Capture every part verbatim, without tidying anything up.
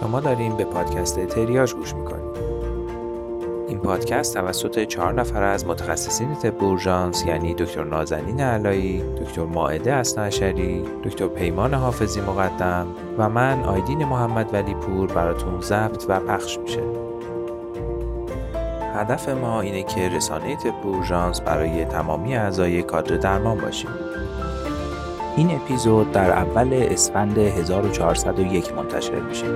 شما داریم به پادکست تریاج گوش میکنید. این پادکست توسط چهار نفر از متخصصین طب اورژانس یعنی دکتر نازنین علایی، دکتر مائده اثناعشری، دکتر پیمان حافظی مقدم و من آیدین محمد ولی پور براتون ضبط و پخش میشه. هدف ما اینه که رسانه طب اورژانس برای تمامی اعضای کادر درمان باشیم. این اپیزود در اول اسفند هزار و چهارصد و یک منتشر میشه.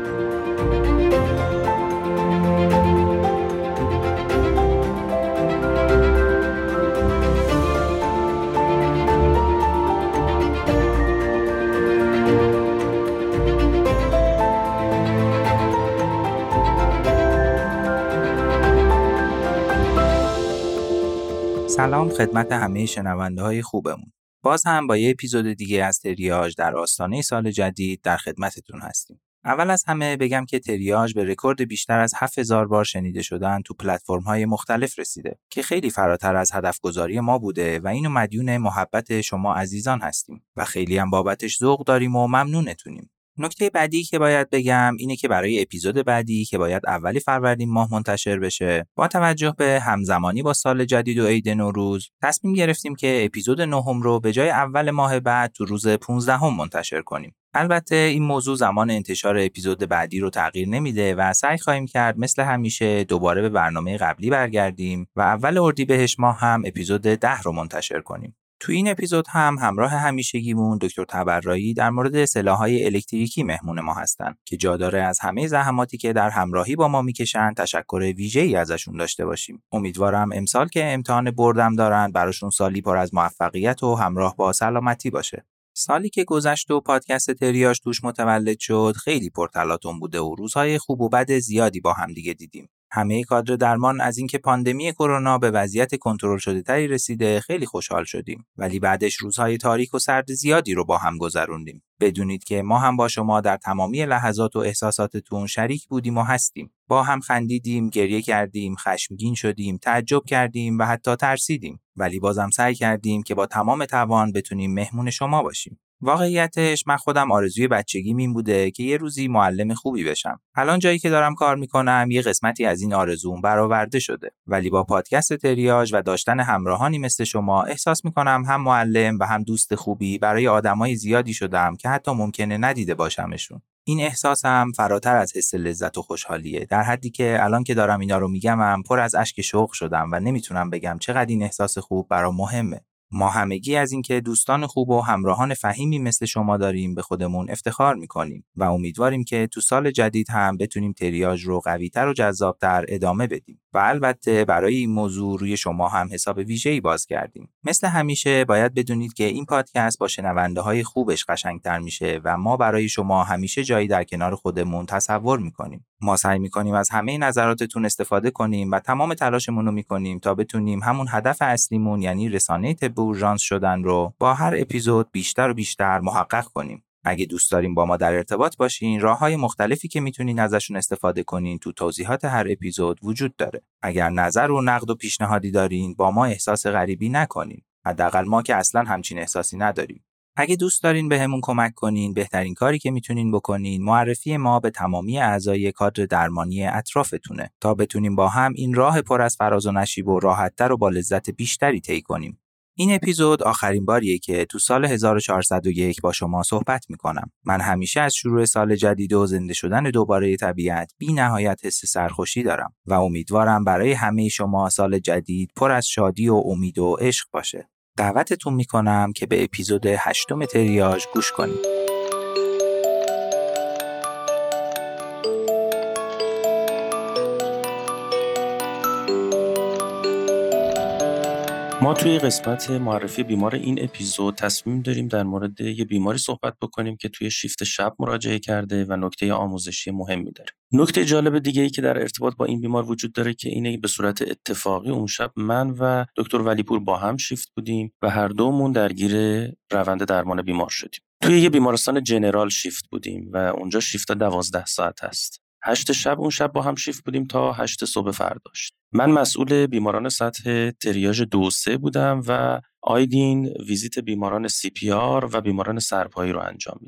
سلام خدمت همه شنونده های خوبمون. باز هم با یه اپیزود دیگه از تریاج در آستانه سال جدید در خدمتتون هستیم. اول از همه بگم که تریاج به رکورد بیشتر از هفت هزار بار شنیده شدن تو پلتفرم‌های مختلف رسیده که خیلی فراتر از هدفگذاری ما بوده و اینو مدیون محبت شما عزیزان هستیم و خیلی هم بابتش ذوق داریم و ممنونتونیم. نکته بعدی که باید بگم اینه که برای اپیزود بعدی که باید اولی فروردین ماه منتشر بشه، با توجه به همزمانی با سال جدید و عید نوروز، تصمیم گرفتیم که اپیزود نهم رو به جای اول ماه بعد تو روز پانزدهم منتشر کنیم. البته این موضوع زمان انتشار اپیزود بعدی رو تغییر نمیده و سعی خواهیم کرد مثل همیشه دوباره به برنامه قبلی برگردیم و اول اردیبهشت ماه هم اپیزود ده رو منتشر کنیم. تو این اپیزود هم همراه همیشگیمون دکتر تبرایی در مورد سلاح‌های الکتریکی مهمون ما هستن که جا داره از همه زحماتی که در همراهی با ما میکشن تشکر ویژه‌ای ازشون داشته باشیم. امیدوارم امسال که امتحان بردم دارن براشون سالی پر از موفقیت و همراه با سلامتی باشه. سالی که گذشت و پادکست تریاج توش متولد شد خیلی پرتلاطم بوده و روزهای خوب و بد زیادی با هم دیگه دیدیم. همه کادر درمان از اینکه پاندمی کرونا به وضعیت کنترل شده تری رسیده خیلی خوشحال شدیم، ولی بعدش روزهای تاریک و سرد زیادی رو با هم گذروندیم. بدونید که ما هم با شما در تمامی لحظات و احساساتتون شریک بودیم و هستیم. با هم خندیدیم، گریه کردیم، خشمگین شدیم، تعجب کردیم و حتی ترسیدیم، ولی بازم سعی کردیم که با تمام توان بتونیم مهمون شما باشیم. واقعیتش من خودم آرزوی بچگیم این بوده که یه روزی معلم خوبی بشم. الان جایی که دارم کار میکنم یه قسمتی از این آرزوم برآورده شده، ولی با پادکست تریاج و داشتن همراهانی مثل شما احساس میکنم هم معلم و هم دوست خوبی برای آدمای زیادی شدم که حتی ممکنه ندیده باشمشون. این احساسم فراتر از حس لذت و خوشحالیه، در حدی که الان که دارم اینا رو میگمم پر از اشک شوق شدم و نمیتونم بگم چقدر این احساس خوب برام مهمه. ما همگی از اینکه دوستان خوب و همراهان فهیمی مثل شما داریم به خودمون افتخار میکنیم و امیدواریم که تو سال جدید هم بتونیم تریاج رو قوی‌تر و جذاب‌تر ادامه بدیم و البته برای این موضوع روی شما هم حساب ویژه‌ای باز کردیم. مثل همیشه باید بدونید که این پادکست با شنونده‌های خوبش قشنگتر میشه و ما برای شما همیشه جایی در کنار خودمون تصور میکنیم. ما سعی میکنیم از همه نظراتتون استفاده کنیم و تمام تلاشمون رو میکنیم تا بتونیم همون هدف اصلیمون یعنی رسانه طب اورژانس شدن رو با هر اپیزود بیشتر و بیشتر محقق کنیم. اگه دوست دارین با ما در ارتباط باشین، راه‌های مختلفی که میتونین ازشون استفاده کنین تو توضیحات هر اپیزود وجود داره. اگر نظر و نقد و پیشنهادی دارین با ما احساس غریبی نکنین. حداقل ما که اصلاً همچین احساسی نداریم. اگه دوست دارین بهمون کمک کنین، بهترین کاری که میتونین بکنین معرفی ما به تمامی اعضای کادر درمانی اطرافتونه تا بتونیم با هم این راه پر از فراز و نشیب و راحت‌تر و با لذت بیشتری طی کنیم. این اپیزود آخرین باریه که تو سال هزار و چهارصد و یک با شما صحبت میکنم. من همیشه از شروع سال جدید و زنده شدن دوباره طبیعت بی نهایت حس سرخوشی دارم و امیدوارم برای همه شما سال جدید پر از شادی و امید و عشق باشه. دعوتتون میکنم که به اپیزود هشتم تریاج گوش کنید. ما توی قسمت معرفی بیمار این اپیزود تصمیم داریم در مورد یه بیماری صحبت بکنیم که توی شیفت شب مراجعه کرده و نکته آموزشی مهمی داره. نکته جالب دیگه‌ای که در ارتباط با این بیمار وجود داره که اینه به صورت اتفاقی اون شب من و دکتر ولیپور با هم شیفت بودیم و هر دومون درگیر روند درمان بیمار شدیم. توی یه بیمارستان جنرال شیفت بودیم و اونجا شیفت دوازده ساعت است. هشت شب اون شب با هم شیفت بودیم تا هشت صبح فرداش. من مسئول بیماران سطح تریاژ دو و سه بودم و آیدین ویزیت بیماران سی پی آر و بیماران سرپایی رو انجام میداد.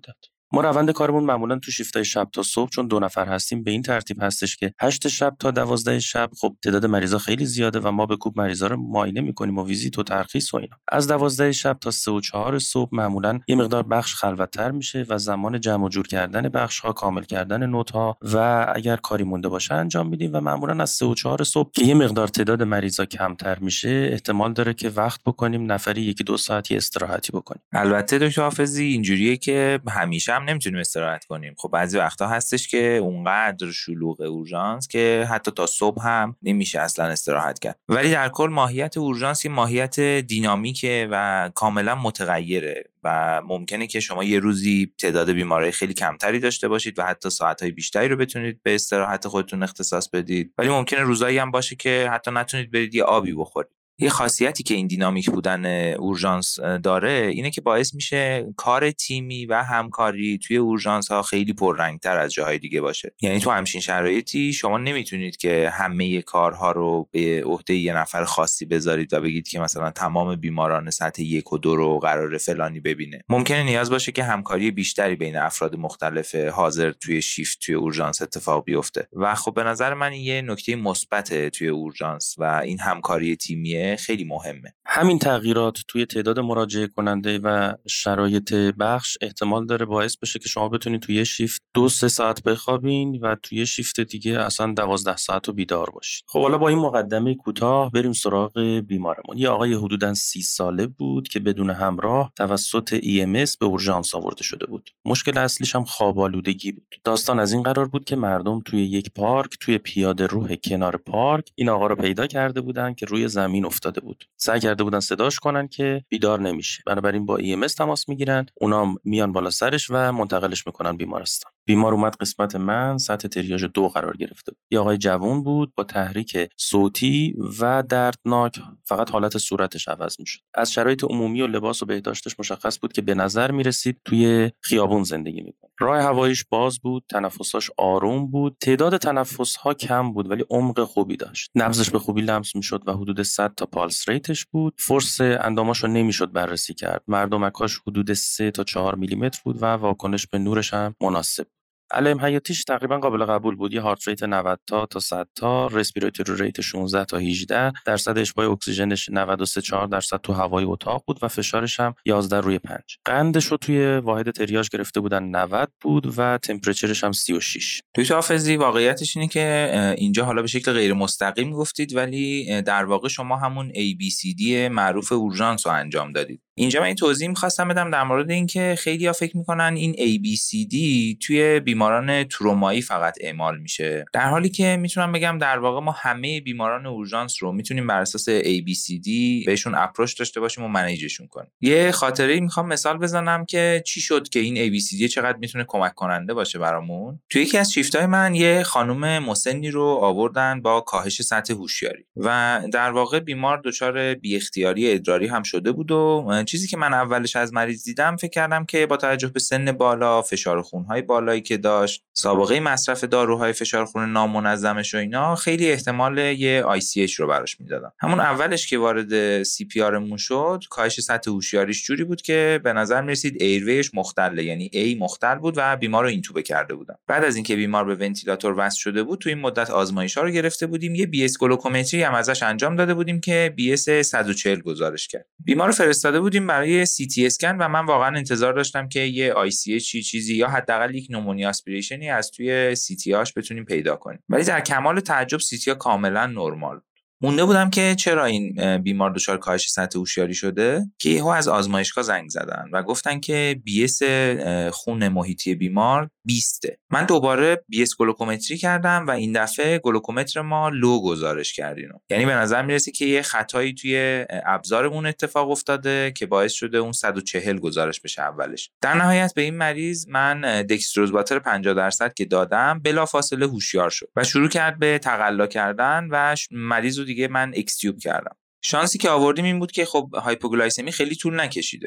ما روند کارمون معمولا تو شیفتای شب تا صبح، چون دو نفر هستیم، به این ترتیب هستش که هشت شب تا دوازده شب خب تعداد مریضا خیلی زیاده و ما به کوب مریضا رو معاینه می‌کنیم و ویزیت و ترخیص و اینا. از دوازده شب تا سه و چهار صبح معمولا یه مقدار بخش خلوت‌تر میشه و زمان جمع و جور کردن بخش‌ها، کامل کردن نوت‌ها و اگر کاری مونده باشه انجام میدیم و معمولا از سه و چهار صبح که یه مقدار تعداد مریضا کمتر میشه احتمال داره که وقت بکنیم نفری یکی دو ساعتی استراحتی بکنیم. البته دکتر حافظی اینجوریه که همیشه هم نمیتونیم استراحت کنیم. خب بعضی وقتا هستش که اونقدر شلوغ اورژانس که حتی تا صبح هم نمیشه اصلا استراحت کرد. ولی در کل ماهیت اورژانس یه ماهیت دینامیکه و کاملا متغیره و ممکنه که شما یه روزی تعداد بیمارای خیلی کمتری داشته باشید و حتی ساعت‌های بیشتری رو بتونید به استراحت خودتون اختصاص بدید، ولی ممکنه روزایی هم باشه که حتی نتونید برید یه آبی بخورید. یه خاصیتی که این دینامیک بودن اورژانس داره اینه که باعث میشه کار تیمی و همکاری توی اورژانس ها خیلی پررنگ‌تر از جاهای دیگه باشه. یعنی تو همچین شرایطی شما نمیتونید که همه کارها رو به عهده یه نفر خاصی بذارید و بگید که مثلا تمام بیماران سطح یک و دو رو قرار فلانی ببینه. ممکنه نیاز باشه که همکاری بیشتری بین افراد مختلف حاضر توی شیفت توی اورژانس اتفاق بیفته و خب به نظر من یه نکته مثبت توی اورژانس و این همکاری تیمیه خیلی مهمه. همین تغییرات توی تعداد مراجعه کننده و شرایط بخش احتمال داره باعث بشه که شما بتونید توی شیفت دو سه ساعت بخوابین و توی شیفت دیگه اصلا دوازده ساعت رو بیدار باشین. خب حالا با این مقدمه کوتاه بریم سراغ بیمارمون. یه آقای حدوداً سی ساله بود که بدون همراه توسط ای ام اس به اورژانس آورده شده بود. مشکل اصلیش هم خواب آلودگی بود. داستان از این قرار بود که مردم توی یک پارک توی پیاده روی کنار پارک این آقا رو پیدا کرده بودن که روی زمین افتاده بود. سعی کرده بودن صداش کنن که بیدار نمیشه. بنابراین با ای ام اس تماس میگیرن، اونام میان بالا سرش و منتقلش میکنن بیمارستان. بیمار اومد قسمت من، سطح تریاژ دو قرار گرفته بود. یه آقای جوان بود با تحریک صوتی و دردناک، فقط حالت صورتش عوض میشد. از شرایط عمومی و لباس و بهداشتش مشخص بود که به نظر میرسید توی خیابون زندگی میکنه. راه هواییش باز بود، تنفساش آروم بود، تعداد تنفس‌ها کم بود ولی عمق خوبی داشت. نبضش به خوبی لمس میشد و حدود صد تا پالس ریتش بود. فرس انداماشو نمیشد بررسی کرد. مردمکاش حدود سه تا چهار میلی متر بود و واکنش به نورش هم مناسب. علائم حیاتیش تقریبا قابل قبول بود. یه هارت ریت نود تا تا صد تا، رسپیراتوری ریت شانزده تا هجده، درصد اشباع اکسیژنش نود و سه تا چهار درصد تو هوای اتاق بود و فشارش هم یازده روی پنج. قندش رو توی واحد تریاژ گرفته بودن نود بود و تمپرچرش هم سی و شش. دکتر حافظی واقعیتش اینه که اینجا حالا به شکل غیر مستقیم گفتید ولی در واقع شما همون ای بی سی دی معروف اورژانس رو انجام دادید. اینجا من این توضیح می‌خواستم بدم در مورد اینکه خیلی‌ها فکر می‌کنن این ای بی سی دی توی بیماران ترومایی فقط اعمال میشه، در حالی که میتونم بگم در واقع ما همه بیماران اورژانس رو میتونیم بر اساس ای بی سی دی بهشون اپروچ داشته باشیم و منیجشون کنیم. یه خاطره میخوام مثال بزنم که چی شد که این ای بی سی دی چقدر میتونه کمک کننده باشه برامون. توی یکی از شیفت‌های من یه خانم مسنی رو آوردن با کاهش سطح هوشیاری و در واقع بیمار دچار بی اختیاری ادراری هم شده بود و چیزی که من اولش از مریض دیدم فکر کردم که با توجه به سن بالا، فشار خون‌های بالایی که داشت، سابقه مصرف داروهای فشار خون نامنظمش و اینا، خیلی احتمال یه آی سی اچ رو براش میدادم. همون اولش که وارد سی پی آر مون شد، کاهش سطح هوشیاریش جوری بود که به نظر میرسید ایرویش مختله، یعنی ای مختل بود و بیمار رو اینتوبه کرده بودن. بعد از اینکه بیمار به ونتیلاتور وصل شده بود، تو این مدت آزمایش‌ها رو گرفته بودیم، یه بی اس گلوکومتری هم ازش انجام داده بودیم که بی اس صد و چهل گزارش کرد. بیمار رو فرستاده بودیم برای سی تی اسکن و من واقعا انتظار داشتم که یه آی سی اچ چیزی یا حداقل یک نومونیا اسپیریشنی از توی سی تی آش بتونیم پیدا کنیم. ولی در کمال تعجب سی تی آ کاملا نرمال. مونده بودم که چرا این بیمار دچار کاهش سطح هوشیاری شده که یهو از آزمایشگاه زنگ زدن و گفتن که بی اس خون محیطی بیمار بیست. من دوباره بی اس گلوکومتری کردم و این دفعه گلوکومتر ما لو گزارش کردینو. یعنی به نظر میرسه که یه خطایی توی ابزارمون اتفاق افتاده که باعث شده اون صد و چهل گزارش بشه اولش. در نهایت به این مریض من دکستروزواتر پنجاه درصد که دادم بلافاصله هوشیار شد و شروع کرد به تقلا کردن و مریض دیگه من اکستیوب کردم. شانسی که آوردیم این بود که خب هایپوگلایسمی خیلی طول نکشیده بود.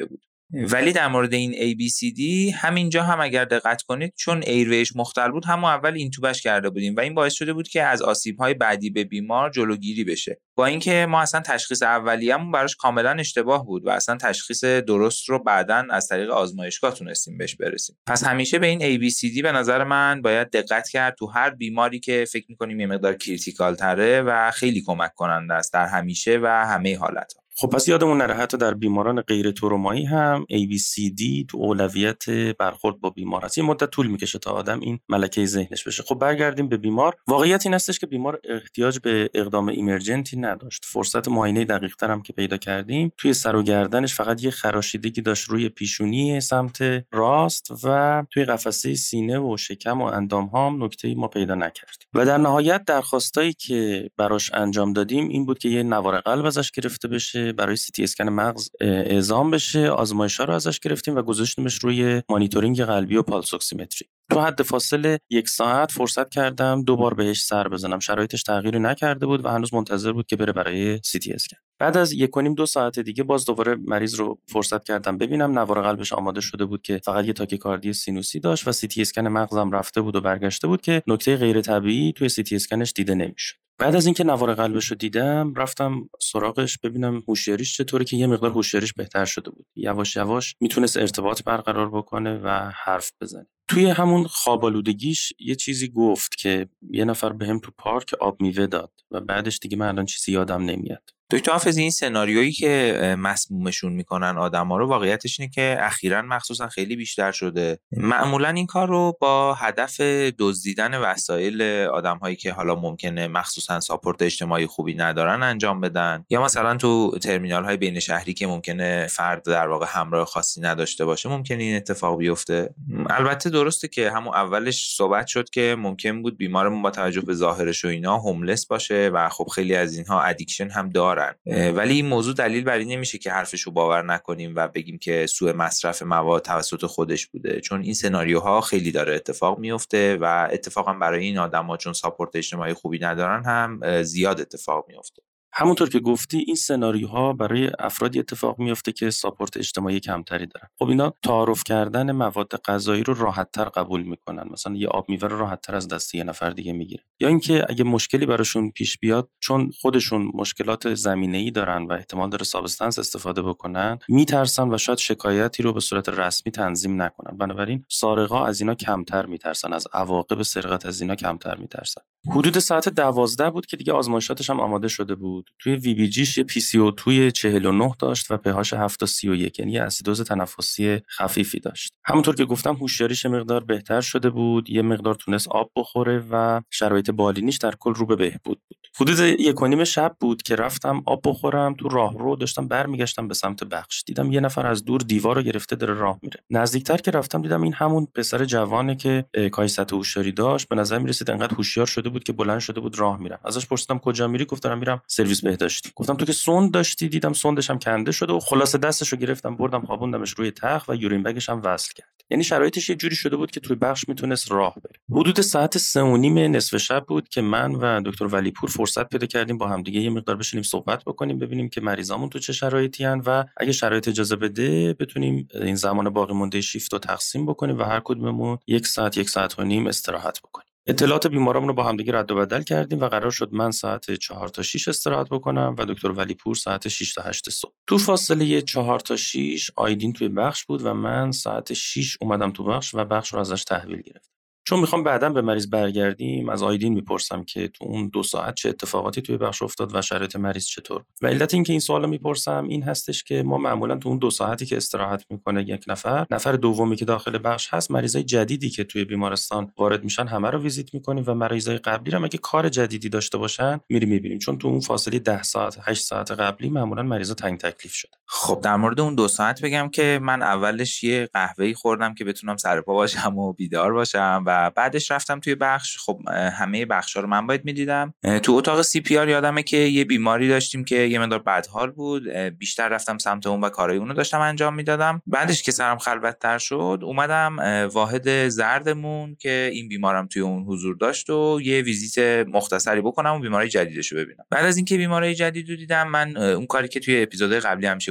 ولی در مورد این ای بی سی دی همینجا هم اگر دقت کنید چون ایرویش مختل بود همون اول اینتوبش کرده بودیم و این باعث شده بود که از آسیب‌های بعدی به بیمار جلوگیری بشه، با اینکه ما اصلا تشخیص اولیه‌مون براش کاملا اشتباه بود و اصلا تشخیص درست رو بعداً از طریق آزمایشگاه تونستیم بهش برسیم. پس همیشه به این ای بی سی دی به نظر من باید دقت کرد تو هر بیماری که فکر می‌کنیم یه مقدار کریتیکال تره و خیلی کمک کننده است در همیشه و همه حالت‌ها. خب پس یادمون نره حتی در بیماران غیر ترومایی هم ای بی سی دی تو اولویت برخورد با بیمار است. یه مدت طول میکشه تا آدم این ملکه ذهنش بشه. خب برگردیم به بیمار. واقعیت این هستش که بیمار احتیاج به اقدام ایمرجنتی نداشت. فرصت معاینه دقیق‌تر هم که پیدا کردیم، توی سر و گردنش فقط یه خراشیدگی داشت روی پیشونی سمت راست و توی قفسه سینه و شکم و اندام‌ها هم نکته‌ای ما پیدا نکردیم. و در نهایت درخواستایی که براش انجام دادیم این بود که یه نوار قلب ازش گرفته بشه، برای سی تی اسکن مغز اعزام بشه، آزمایش‌ها رو ازش گرفتیم و گذاشتیمش روی مانیتورینگ قلبی و پالس اکسیمتری. تو حد فاصله یک ساعت فرصت کردم دو بار بهش سر بزنم. شرایطش تغییری نکرده بود و هنوز منتظر بود که بره برای سی تی اسکن. بعد از یک و نیم دو ساعت دیگه باز دوباره مریض رو فرصت کردم ببینم. نوار قلبش آماده شده بود که فقط یه تاکیکاردی سینوسی داشت و سی تی اسکن مغزم رفته بود و برگشته بود که نکته غیر طبیعی توی سی تی اسکنش دیده نمیشد. بعد از اینکه نوار قلبش رو دیدم رفتم سراغش ببینم هوشیاریش چطوره که یه مقدار هوشیاریش بهتر شده بود. یواش یواش میتونست ارتباط برقرار بکنه و حرف بزنه. توی همون خوابالودگیش یه چیزی گفت که یه نفر بهم تو پارک آب میوه داد و بعدش دیگه من الان چیزی یادم نمیاد. دکتر حافظی، این سناریویی که مسمومشون میکنن آدما رو واقعیتش اینه که اخیراً مخصوصا خیلی بیشتر شده. معمولا این کار رو با هدف دزدیدن وسایل آدم‌هایی که حالا ممکنه مخصوصا ساپورت اجتماعی خوبی ندارن انجام بدن، یا مثلا تو ترمینال‌های بین شهری که ممکنه فرد در واقع همراه خاصی نداشته باشه ممکنه این اتفاق بیفته. البته درسته که همون اولش صحبت شد که ممکن بود بیمارمون با توجه به ظاهرش و اینا هوملس باشه و خب خیلی از اینها ادیکشن هم دارن، ولی این موضوع دلیل بر این نمیشه که حرفشو باور نکنیم و بگیم که سوء مصرف مواد توسط خودش بوده، چون این سناریوها خیلی داره اتفاق میفته و اتفاقا برای این آدما چون ساپورت اجتماعی خوبی ندارن هم زیاد اتفاق میفته. همونطور که گفتی این سناریوها برای افرادی اتفاق میفته که ساپورت اجتماعی کمتری دارن. خب اینا تعارف کردن مواد غذایی رو راحت‌تر قبول میکنن، مثلا یه آب میوه رو راحت‌تر از دست یه نفر دیگه میگیرن، یا اینکه اگه مشکلی براشون پیش بیاد چون خودشون مشکلات زمینه‌ای دارن و احتمال داره سابستنس استفاده بکنن میترسن و شاید شکایتی رو به صورت رسمی تنظیم نکنن. بنابراین سارقا از اینا کمتر میترسن، از عواقب سرقت از اینا کمتر میترسن. حدود ساعت دوازده بود که دیگه آزمایشاتش هم آماده شده بود. توی وی بی جیش یه پی سی او توی چهل و نه داشت و په‌هاش هفت تا سی و یک، یعنی اسیدوز تنفسی خفیفی داشت. همونطور که گفتم هوشیاریش مقدار بهتر شده بود، یه مقدار تونست آب بخوره و شرایط بالینیش در کل رو به بهبود بود. حدود یک و نیم شب بود که رفتم آب بخورم. تو راهرو داشتم برمیگشتم به سمت بخش، دیدم یه نفر از دور دیوار رو گرفته داره راه میره. نزدیکتر که رفتم دیدم این همون پسر جوانه که کاهش سطح هوشیاری داشت. به نظر میرسید انقدر هوشیار شده بود که بلند شده بود راه میره. ازش پرسیدم کجا میری؟ گفت دارم میرم سرویس بهداشتی. گفتم تو که سوند داشتی؟ دیدم سوندش هم کنده شده و خلاصه دستشو گرفتم بردم خوابوندمش روی تخت و یورین بگش هم وصل کرد. یعنی شرایطش یه جوری شده بود که توی بخش میتونست راه بره. حدود ساعت سه و نیم نصف شب بود که من و دکتر ولیپور فرصت پیدا کردیم با هم دیگه یه مقدار بشینیم صحبت بکنیم، ببینیم که مریضامون تو چه شرایطی ان و اگه شرایط اجازه بده بتونیم این زمان باقی مونده شیفت رو تقسیم بکنیم و هر کدوممون یک ساعت یک ساعت و نیم استراحت بکنیم. اطلاعات بیمارامون رو با هم دیگه رد و بدل کردیم و قرار شد من ساعت چهار تا شش استراحت بکنم و دکتر ولیپور ساعت شش تا هشت صبح. تو فاصله چهار تا شش آیدین توی بخش بود و من ساعت شش اومدم تو بخش و بخش رو ازش تحویل گرفتم. چون میخوام بعداً به مریض برگردیم از آیدین میپرسم که تو اون دو ساعت چه اتفاقاتی توی بخش افتاد و شرایط مریض چطور. و علت این که این سوالو میپرسم این هستش که ما معمولاً تو اون دو ساعتی که استراحت میکنه یک نفر، نفر دومی که داخل بخش هست، مریضای جدیدی که توی بیمارستان وارد میشن همه رو ویزیت میکنیم و مریضای قبلی رو اگه کار جدیدی داشته باشن میریم میبینیم، چون تو اون فاصله ده ساعت هشت ساعت قبلی معمولاً مریضا تنگ تکلیف شده. خب در مورد اون دو ساعت بگم که من اولش یه قهوه‌ای خوردم که بتونم سر پا باشم و بیدار باشم و بعدش رفتم توی بخش. خب همه بخشا رو من باید میدیدم. تو اتاق سی پی آر یادمه که یه بیماری داشتیم که یه مقدار بدحال بود، بیشتر رفتم سمت اون و کارای اونو داشتم انجام میدادم. بعدش که سرم خلوت‌تر شد اومدم واحد زردمون که این بیمارم توی اون حضور داشت و یه ویزیت مختصری بکنم و بیماری جدیدشو ببینم. بعد از اینکه بیماری جدیدو دیدم من اون کاری که توی اپیزودهای قبلی همیشه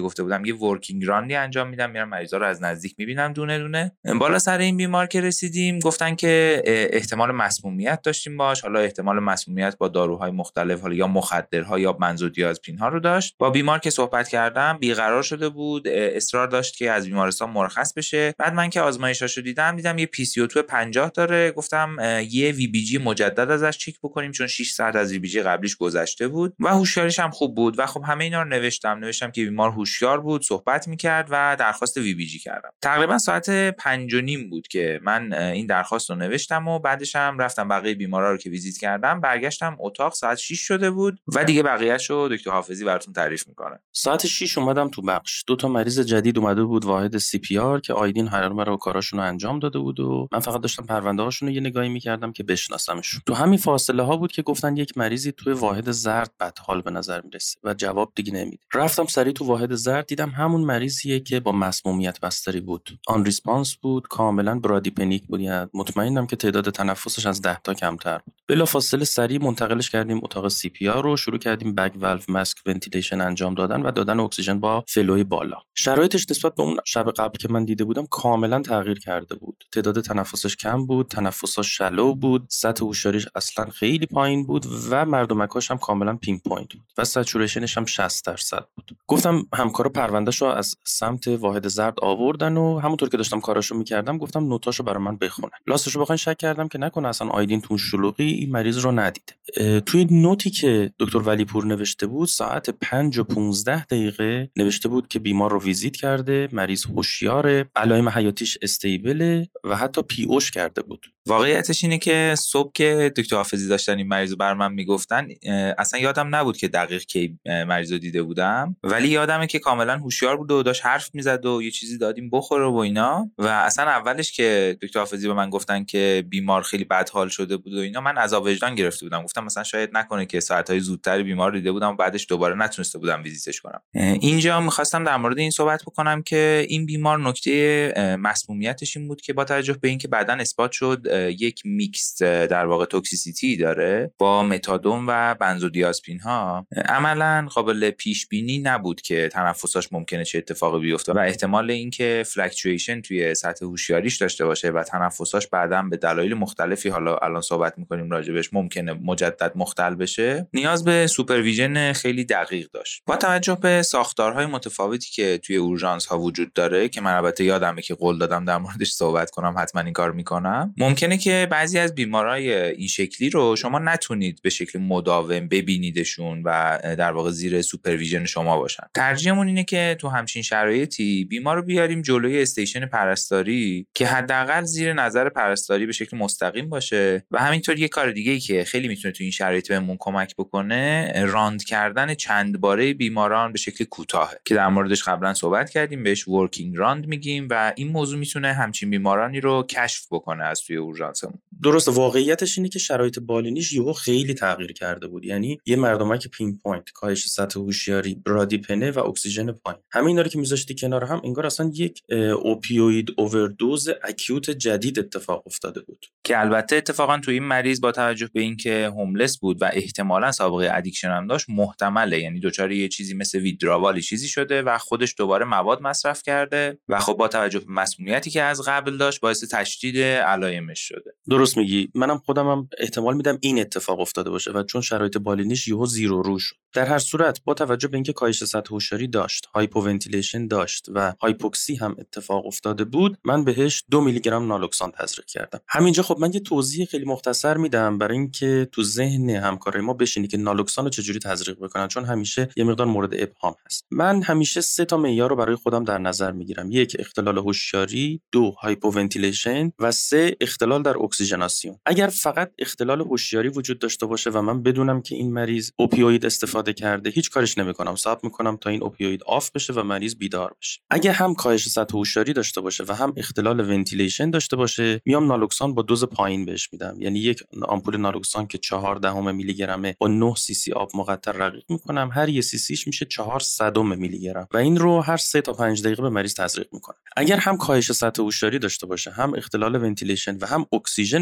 گفته بودم یه ورکینگ راندی انجام میدم، میرم مریضا رو از نزدیک میبینم دونه دونه. بالا سر این بیمار که رسیدیم گفتن که احتمال مسمومیت داشتیم باش، حالا احتمال مسمومیت با داروهای مختلف، حالا یا مخدرها یا بنزودیازپین ها رو داشت. با بیمار که صحبت کردم بیقرار شده بود، اصرار داشت که از بیمارستان مرخص بشه. بعد من که آزمایشاشو دیدم دیدم یه پی سی او تو پنجاه داره، گفتم یه وی بی جی مجدد ازش چک بکنیم چون شش ساعت از وی بی جی قبلیش گذشته بود و هوشیاریش هم خوب بود و خب همه اینا رو نوشتم نوشتم که بیمار هوشیار بود، صحبت میکرد و درخواست وی بی جی کردم. تقریبا ساعت پنج و نیم بود که من این درخواست رو نوشتم و بعدش هم رفتم بقیه بیمارا رو که ویزیت کردم، برگشتم اتاق ساعت شش شده بود و دیگه بقیه‌شو دکتر حافظی براتون تعریف میکنه. ساعت شش اومدم تو بخش، دو تا مریض جدید اومده بود، واحد سی پی آر که آیدین هرمه رو کاراشون رو انجام داده بود و من فقط داشتم پرونده هاشون رو یه نگاهی میکردم که بشناسمشون. تو همین فاصله ها بود که گفتن یک مریضی توی واحد زرد بدحال به نظر میرسه و جواب دیگه نمیده. رفتم سریع تو واحد زرد، دیدم همون مریضیه که با مسمومیت بستری بود، آن ریسپانس بود، کاملا برادیپنیک بود، یعنی مطمئنم که تعداد تنفسش از ده تا کمتر بود. بلافاصله سریع منتقلش کردیم اتاق سی پی آر رو، شروع کردیم بک والو ماسک ونتیلیشن انجام دادن و دادن اکسیژن با فلوی بالا. شرایطش نسبت به اون شب قبل که من دیده بودم کاملا تغییر کرده بود. تعداد تنفسش کم بود، تنفسش شلو بود، سطح هوشیاریش اصلا خیلی پایین بود و مردمکاش هم کاملا پین پوینت بود و سچورشنش هم شصت درصد بود. گفتم همکارا پروندهشو از سمت واحد زرد آوردن و همونطور که داشتم کاراشو میکردم گفتم نوتاشو برای من بخونن. لاستشو بخواین شک کردم که نکنه اصلا آیدین تو شلوغی این مریض رو ندیده. توی نوتی که دکتر ولی پور نوشته بود ساعت پنج و پانزده دقیقه نوشته بود که بیمار رو ویزیت کرده، مریض هوشیاره، علائم حیاتیش استیبله و حتی پی اوش کرده بود. واقعیتش اینه که صبح که دکتر حافظی داشتن این مریضو بر من میگفتن اصلا یادم نبود که دقیق کی مریضو دیده بودم، ولی یادمه که کاملا هوشیار بود و داشت حرف میزد و یه چیزی دادیم بخوره و اینا. و اصلا اولش که دکتر حافظی به من گفتن که بیمار خیلی بد حال شده بود و اینا، من عذاب وجدان گرفته بودم، گفتم مثلا شاید نکنه که ساعت‌های زودتر بیمار دیده بودم و بعدش دوباره نتونسته بودم ویزیتش کنم. اینجا می‌خواستم در مورد این صحبت بکنم که این بیمار نکته مسمومیتش این بود که با توجه به اینکه بعداً اثبات شد یک میکس در واقع توکسیسیتی داره با متادون و بنزودیازپین ها، عملاً قابل پیش بینی نبود که تنفساش ممکنه چه اتفاقی بیفته و احتمال اینکه فلکچویشن توی سطح هوشیاریش داشته باشه و تنفساش بعداً به دلایل مختلفی، حالا الان صحبت می‌کنیم راجبش، ممکنه مجدد مختل بشه، نیاز به سوپرویژن خیلی دقیق داشت. با توجه به ساختارهای متفاوتی که توی اورژانس ها وجود داره که من البته یادمه که قول دادم در موردش صحبت کنم، حتما این کار میکنم، ممکنه که بعضی از بیمارای این شکلی رو شما نتونید به شکل مداوم ببینیدشون و در واقع زیر سوپرویژن شما باشن. ترجیحمون اینه که تو همچین شرایطی بیمار رو بیاریم جلوی استیشن پرستاری که حداقل زیر نظر پرستاری به شکل مستقیم باشه و همینطور یه کار دیگه ای که خیلی میتونه تو این شرایط بهمون کمک بکنه راند کردن چند باره بیماران به شکل کوتاهه که در موردش قبلا صحبت کردیم، بهش ورکینگ راند میگیم و این موضوع میتونه همچین بیمارانی رو کشف بکنه از توی اورژانسمون. درست، واقعیتش اینه که شرایط بالینیش یهو خیلی تغییر کرده بود، یعنی یه مردمک پین پوینت، کاهش سطح هوشیاری، برادیپنه و اکسیژن پایین، همین اینا رو که میذاشتی کنار هم انگار اصلا یک اوپیوید اووردوز اکیوت جدید اتفاق افتاده بود که البته اتفاقا تو این مریض با توجه به اینکه هوملس بود و احتمالاً سابقه ادیکشن هم داشت محتمله، یعنی دچار یه چیزی مثل ویدراوالی چیزی شده و خودش دوباره مواد مصرف کرده و خب با توجه به مسمومیتی که از قبل داشت باعث تشدید علائمش شده. درست میگی، منم خودم هم احتمال میدم این اتفاق افتاده باشه و چون شرایط بالینیش یهو زیرو رو شد. در هر صورت با توجه به اینکه کاهش سطح هوشیاری داشت، هایپوونتیلیشن داشت و هایپوکسی هم اتفاق افتاده بود، من بهش دو میلی گرم نالوکسان تزریق کردم. همینجا خب من یه توضیح خیلی مختصر میدم برای اینکه تو ذهن همکارای ما بشینه که نالوکسان رو چجوری تزریق بکنن، چون همیشه یه مقدار مورد ابهام هست. من همیشه سه تا معیار رو برای خودم در نظر میگیرم: یک، اختلال هوشیاری، دو، هایپوونتیلیشن و سه، اختلال در اکسیژناسیون. اگر فقط اختلال هوشیاری وجود داشته باشه و من بدونم که این مریض اوپیوید استفاده کرده، هیچ کارش نمیکنم، صبر میکنم تا این اوپیوید آف بشه و مریض بیدار بشه. اگه هم کاهش سطح هوشیاری داشته باشه و هم اختلال ونتیلیشن داشته باشه، میام نالوکسان با دوز پایین بهش میدم، یعنی یک آمپول نالوکسان که چهار دهم میلی گرمه با نه سی سی آب مقطر رقیق میکنم، هر یه سی سیش میشه چهار صدم میلی گرم و این رو هر سه تا پنج دقیقه به مریض تزریق میکنم. اگر هم کاهش سطح هوشیاری داشته باشه، هم اختلال ونتیلیشن و هم اکسیژنش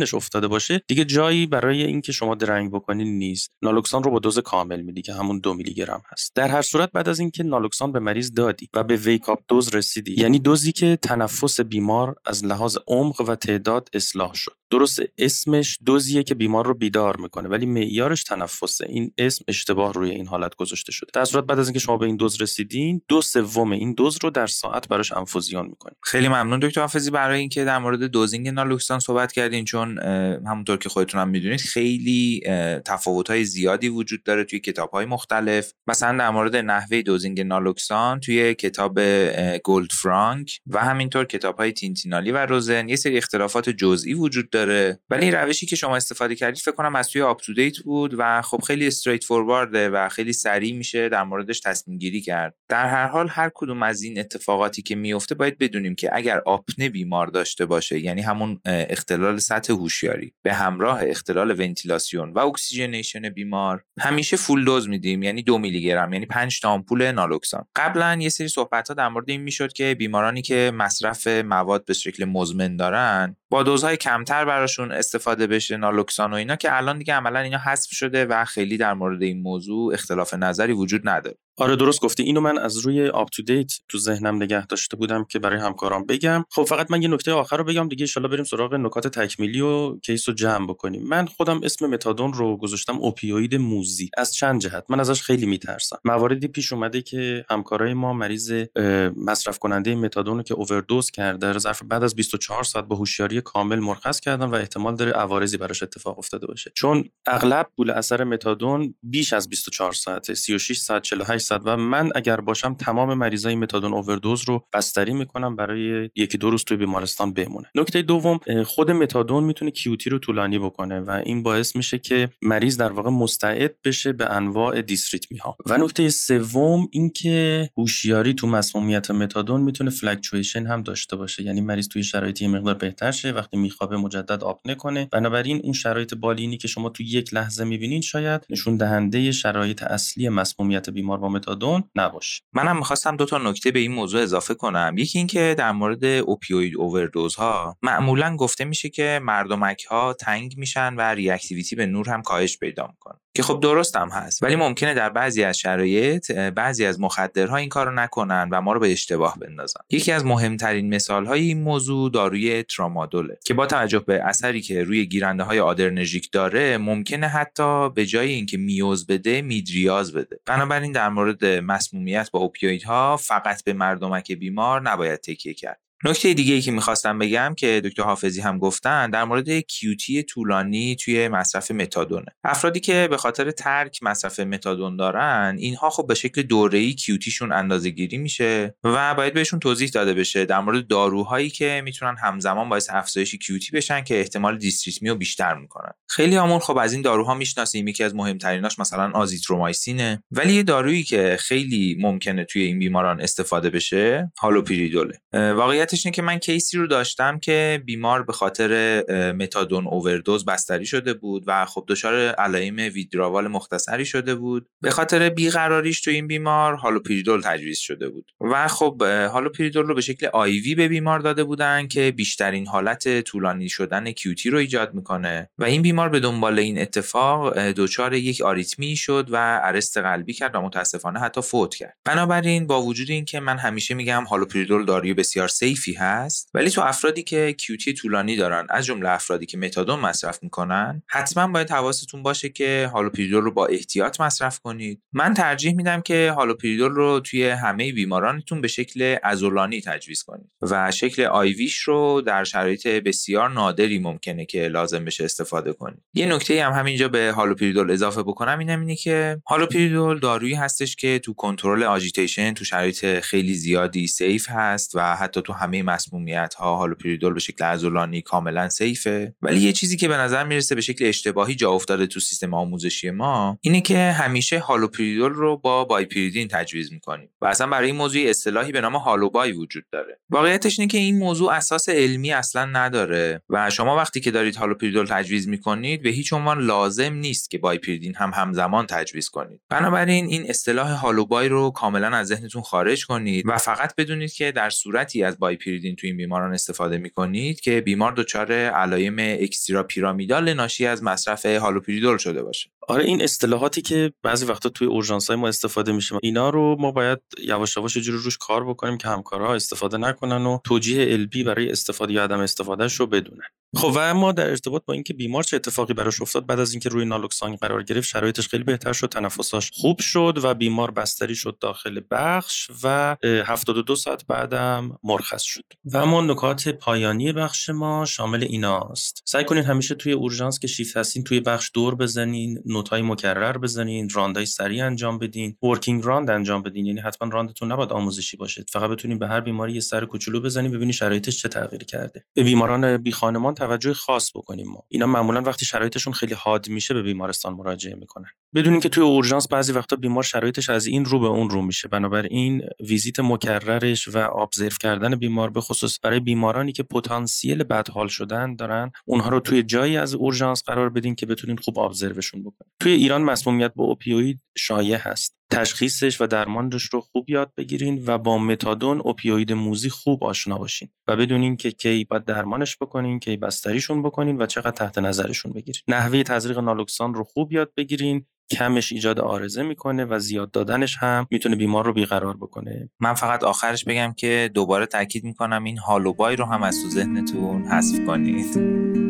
اتفاقش افتاده باشه دیگه جایی برای اینکه شما درنگ بکنین نیست. نالوکسان رو با دوز کامل میدی که همون دو میلی گرم هست. در هر صورت بعد از اینکه نالوکسان به مریض دادی و به ویک آپ دوز رسیدی، یعنی دوزی که تنفس بیمار از لحاظ عمق و تعداد اصلاح شد. درست اسمش دوزیه که بیمار رو بیدار میکنه ولی معیارش تنفسه. این اسم اشتباه روی این حالت گذاشته شده. در صورت بعد از اینکه شما به این دوز رسیدین، دو سوم این دوز رو در ساعت براش انفوزیون میکنید. خیلی ممنون دکتر حافظی برای اینکه در مورد دوزینگ نالوکسان صحبت کردین، چون همونطور که خودتون هم میدونید خیلی تفاوت‌های زیادی وجود داره توی کتاب‌های مختلف. مثلا در مورد نحوه دوزینگ نالوکسان توی کتاب گولد فرانک و همینطور کتاب‌های تینتینالی و روزن یه سری اختلافات جزئی وجود داره، ولی روشی که شما استفاده کردید فکر کنم از توی آپ تو دیت بود و خب خیلی استریت فوروارده و خیلی سریع میشه در موردش تصمیم گیری کرد. در هر حال هر کدوم از این اتفاقاتی که میفته باید بدونیم که اگر آپنه بیمار داشته باشه، یعنی همون اختلال سطح هوشیاری به همراه اختلال ونتیلاسیون و اکسیژنیشن بیمار، همیشه فول دوز میدیم، یعنی دو میلی گرم، یعنی پنج تا آمپول نالوکسان. قبلا یه سری صحبت‌ها در مورد این میشد که بیمارانی که مصرف مواد به شکل مزمن دارن با دوزهای کمتر براشون استفاده بشه نالوکسان و اینا، که الان دیگه عملا اینا حذف شده و خیلی در مورد این موضوع اختلاف نظری وجود نداره. آره درست گفتی. اینو من از روی آپ تو دیت تو ذهنم نگه داشته بودم که برای همکارام بگم. خب فقط من یه نکته آخر رو بگم دیگه، ان شاءالله بریم سراغ نکات تکمیلی و کیس رو جمع بکنیم. من خودم اسم متادون رو گذاشتم اوپیوید موذی از چند جهت. من ازش خیلی میترسم. مواردی پیش اومده که همکارای ما مریض مصرف کننده متادون رو که اووردوز کرده در ظرف بعد از بیست و چهار ساعت با هوشیاری کامل مرخص کردن و احتمال داره عوارضی براش اتفاق افتاده باشه، چون اغلب طول اثر متادون بیش از بیست و چهار ساعته، سی و شش ساعت، چهل و هشت ساعت، و من اگر باشم تمام مریضای متادون اووردوز رو بستری میکنم برای یکی دو روز توی بیمارستان بمونه. نکته دوم، خود متادون میتونه کیوتی رو طولانی بکنه و این باعث میشه که مریض در واقع مستعد بشه به انواع دیسریتمی ها. و نکته سوم اینکه هوشیاری تو مسمومیت متادون میتونه فلکچویشن هم داشته باشه، یعنی مریض توی شرایطی مقدار بهتر شه، وقتی میخوابه مجدد آپنه کنه. بنابراین اون شرایط بالینی که شما تو یک لحظه میبینید شاید نشون دهنده شرایط اصلی مسمومیت بیمار با متادون نباشه. منم می‌خواستم دو تا نکته به این موضوع اضافه کنم. یکی این که در مورد اوپیوید اووردوزها معمولاً گفته میشه که مردمک‌ها تنگ میشن و ریاکتیویتی به نور هم کاهش پیدا میکنه، که خب درست هم هست، ولی ممکنه در بعضی از شرایط بعضی از مخدرها این کارو نکنن و ما رو به اشتباه بندازن. یکی از مهمترین مثال‌های این موضوع داروی ترامادوله که با توجه به اثری که روی گیرنده‌های آدرنرژیک داره ممکنه حتی به جای اینکه میوز بده میدریاز بده. بنابراین در مورد مسمومیت با اوپیویدها فقط به مردمک بیمار نباید تکیه کرد. نکته دیگه ای که میخواستم بگم که دکتر حافظی هم گفتن در مورد کیوتی طولانی توی مصرف متادونه. افرادی که به خاطر ترک مصرف متادون دارن، اینها خب به شکل دوره‌ای کیوتیشون اندازه‌گیری میشه و باید بهشون توضیح داده بشه در مورد داروهایی که میتونن همزمان باعث افزایش کیوتی بشن که احتمال دیستریتمی رو بیشتر میکنن. خیلی همون خب از این داروها میشناسیم، یکی از مهمتریناش مثلا آزیترومایسینه، ولی یه دارویی که خیلی ممکنه توی این بیماران استفاده بشه هالوپریدوله. واقعیت اینه که من کیسی رو داشتم که بیمار به خاطر متادون اووردوز بستری شده بود و خب دچار علائم ویدراوال مختصری شده بود. به خاطر بیقراریش تو این بیمار هالوپریدول تجویز شده بود و خب هالوپریدول رو به شکل آیوی به بیمار داده بودن که بیشترین حالت طولانی شدن کیوتی رو ایجاد میکنه و این بیمار به دنبال این اتفاق دچار یک آریتمی شد و ارست قلبی کرد و متاسفانه حتی فوت کرد. بنابراین با وجود اینکه من همیشه میگم هالوپریدول داروی بسیار سیف هست، ولی تو افرادی که کیوتی طولانی دارن، از جمله افرادی که متادون مصرف میکنن، حتما باید حواستون باشه که هالوپریدول رو با احتیاط مصرف کنید. من ترجیح میدم که هالوپریدول رو توی همه بیمارانتون به شکل عضلانی تجویز کنید و شکل آیویش رو در شرایط بسیار نادری ممکنه که لازم بشه استفاده کنید. یه نکته هم همینجا به هالوپریدول اضافه بکنم، اینم اینه که هالوپریدول دارویی هستش که تو کنترل آژیتیشن تو شرایط خیلی زیادی سیف هست و حتی تو همه مسمومیت ها هالوپریدول به شکل عضلانی کاملا سیفه. ولی یه چیزی که به نظر میرسه به شکل اشتباهی جا افتاده تو سیستم آموزشی ما اینه که همیشه هالوپریدول رو با بایپریدین تجویز میکنیم و اصلا برای این موضوع اصطلاحی به نام هالوبای وجود داره. واقعیتش اینه که این موضوع اساس علمی اصلا نداره و شما وقتی که دارید هالوپریدول تجویز میکنید به هیچ عنوان لازم نیست که بایپریدین هم همزمان تجویز کنید. بنابراین این اصطلاح هالوبای رو کاملا از ذهنتون خارج کنید و فقط بدونید که در صورتی از بای نایپیریدین تو این بیماران استفاده میکنید که بیمار دچار علائم اکسترا پیرامیدال ناشی از مصرف هالوپریدول شده باشه. آره، این اصطلاحاتی که بعضی وقتا توی اورژانس‌های ما استفاده میشه، اینا رو ما باید یواش یواش یه جوری روش کار بکنیم که همکارها استفاده نکنن و توجیه علمی برای استفاده یا عدم استفادهش رو بدونن. خب و اما در ارتباط با اینکه بیمار چه اتفاقی براش افتاد بعد از اینکه روی نالوکسان قرار گرفت، شرایطش خیلی بهتر شد، تنفساش خوب شد و بیمار بستری شد داخل بخش و هفتاد و دو ساعت بعدم مرخص شد. و اما نکات پایانی بخش ما شامل ایناست: سعی کنین همیشه توی اورژانس که شیفت هستین توی بخش دور بزنین، نوت‌های مکرر بزنین، راندای سریع انجام بدین، ورکینگ راند انجام بدین، یعنی حتما راندتون نباید آموزشی باشه، فقط بتونین به هر بیماری یه سر کوچولو بزنین ببینین شرایطش چه تغییری کرده. به بیماران بی خانمان توجه خاص بکنیم. ما اینا معمولا وقتی شرایطشون خیلی حاد میشه به بیمارستان مراجعه میکنن. بدونین که توی اورژانس بعضی وقتا بیمار شرایطش از این رو به اون رو میشه، بنابراین ویزیت مکررش و ابزرو کردن بیمار به خصوص برای بیمارانی که پتانسیل بدحال شدن دارن، اونها رو توی جایی از اورژانس قرار بدین که بتونین خوب ابزروشون بکنین. توی ایران مسمومیت با اوپیوید شایع هست. تشخیصش و درمانش رو خوب یاد بگیرین و با متادون اوپیوید موذی خوب آشنا باشین و بدونین که کی باید درمانش بکنین، کی بستریشون بکنین و چقدر تحت نظرشون بگیرین. نحوه تزریق نالوکسان رو خوب یاد بگیرین. کمش ایجاد عارضه میکنه و زیاد دادنش هم میتونه بیمار رو بیقرار بکنه. من فقط آخرش بگم که دوباره تاکید میکنم این هالوبای رو هم از تو ذهنتون حذف کنید.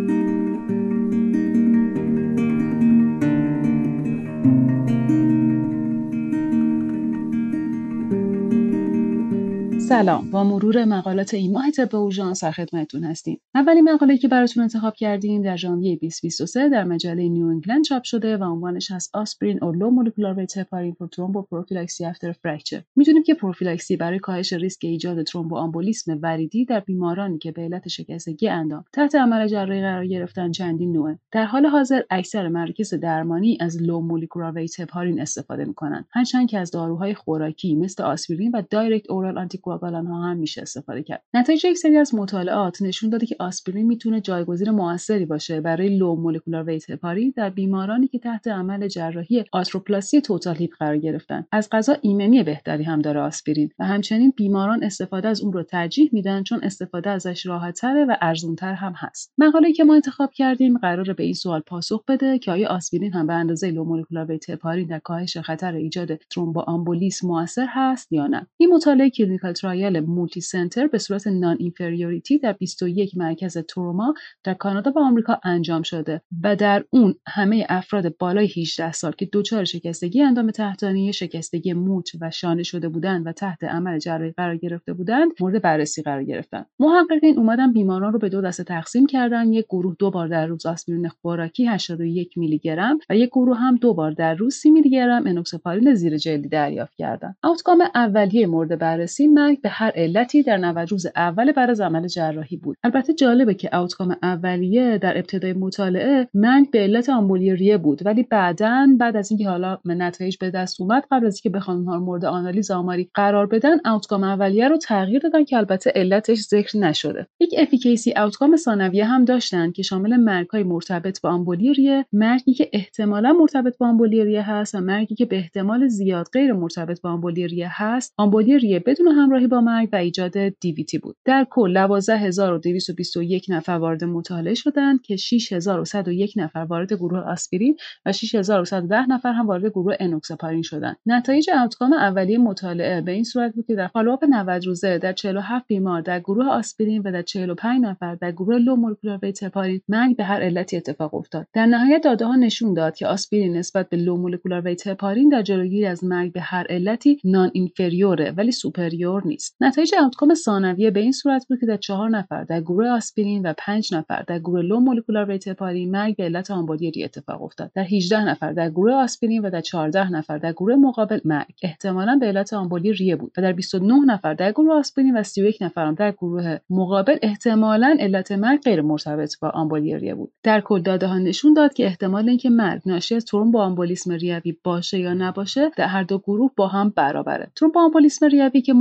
سلام، با مرور مقالات این ماه طب اورژانس در خدمتتون هستیم. اولین مقاله‌ای که براتون انتخاب کردیم در ژانویه بیست بیست و سه در مجله نیو انگلند چاپ شده و عنوانش هست آسپرین اور لو مولکولار ویت هپارین فور ترومبوپروفیلاکسی افتر فرکچر. می‌دونیم که پروفیلاکسی برای کاهش ریسک ایجاد ترومبوآمبولیسم وریدی در بیمارانی که به علت شکستگی اندام تحت عمل جراحی قرار گرفتن چندین نوعه. در حال حاضر اکثر مراکز درمانی از لو مولکولار ویت هپارین استفاده می‌کنند، هرچند که از داروهای خوراکی مثل آسپرین و دایرکت اورال آنتی بالان ها هم میشه استفاده کرد. نتایج یک سری از مطالعات نشون داده که آسپرین میتونه جایگزین موثری باشه برای لو مولکولار ویت هپارین در بیمارانی که تحت عمل جراحی آرتروپلاسی توتال هیپ قرار گرفتن. از قضا ایمنی بهتری هم داره آسپرین و همچنین بیماران استفاده از اون رو ترجیح میدن چون استفاده ازش راحت‌تره و ارزان‌تر هم هست. مقاله‌ای که ما انتخاب کردیم قراره به این سوال پاسخ بده که آیا آسپرین هم به اندازه لو مولکولار ویت هپارین در کاهش خطر ایجاد ترومبوآمبولیسم موثر هست یا نه. این مطالعه کلینیکال ترایل مولتی سنتر به صورت نان اینفریوریتی در بیست و یک مرکز تروما در کانادا و آمریکا انجام شده و در اون همه افراد بالای هجده سال که دچار شکستگی اندام تحتانی، شکستگی موچ و شانه شده بودند و تحت عمل جراحی قرار گرفته بودند مورد بررسی قرار گرفتن. محققین اومدن بیماران رو به دو دسته تقسیم کردن. یک گروه دو بار در روز آسپرین خوراکی هشتاد و یک میلی گرم و یک گروه هم دو بار در روز سی میلی گرم انوکساپارین زیر جلدی دریافت کردند. آوتکام اولیه مورد بررسی مرگ به هر علتی در نود روز اول بعد از عمل جراحی بود. البته جالبه که آوتکام اولیه در ابتدای مطالعه مرگ به علت آمبولی ریه بود، ولی بعداً بعد از اینکه حالا نتایج به دست اومد قبل از اینکه بخوان اونها رو مورد آنالیز آماری قرار بدن آوتکام اولیه رو تغییر دادن که البته علتش ذکر نشده. یک افیکیسی آوتکام ثانویه هم داشتن که شامل مرگ‌های مرتبط با آمبولی ریه، مرگی که احتمالاً مرتبط با آمبولی ریه هست و مرگی که به احتمال زیاد غیر مرتبط با آمبولی ریه هست. آمبولی ریه بدون همراهی با مرگ و ایجاد دی وی تی بود. در کل دوازده هزار و دویست و بیست و یک نفر وارد مطالعه شدند که شش هزار و صد و یک نفر وارد گروه آسپرین و شش هزار و صد و ده نفر هم وارد گروه انوکساپارین شدند. نتایج آوتکام اولیه مطالعه به این صورت بود که در فالوآپ نود روزه در چهل و هفت بیمار در گروه آسپرین و در چهل و پنج نفر در گروه لو مولکولار ویت هپارین مرگ به هر علتی اتفاق افتاد. در نهایت داده‌ها نشون داد که آسپرین نسبت به لو مولکولار ویت هپارین در جلوگیری از مرگ به هر علتی نان اینفریوره ولی سوپریور نیست. نتایج آوتکام ثانویه به این صورت بود که در چهار نفر در گروه آسپرین و پنج نفر در گروه لو مولکولار ویت هپارین مرگ به علت آمبولی ریه اتفاق افتاد. در هجده نفر در گروه آسپرین و در چهارده نفر در گروه مقابل مرگ احتمالاً به علت آمبولی ریه بود و در بیست و نه نفر در گروه آسپرین و سی و یک نفر در گروه مقابل احتمالاً علت مرگ غیر مرتبط با آمبولی ریه بود. در کل داده‌ها نشون داد که احتمال اینکه مرگ ناشی از ترومبوآمبولیسم ریوی باشه یا نباشه در هر دو گروه با هم برابره. ترومبوآمبولیسم ریوی که منجر به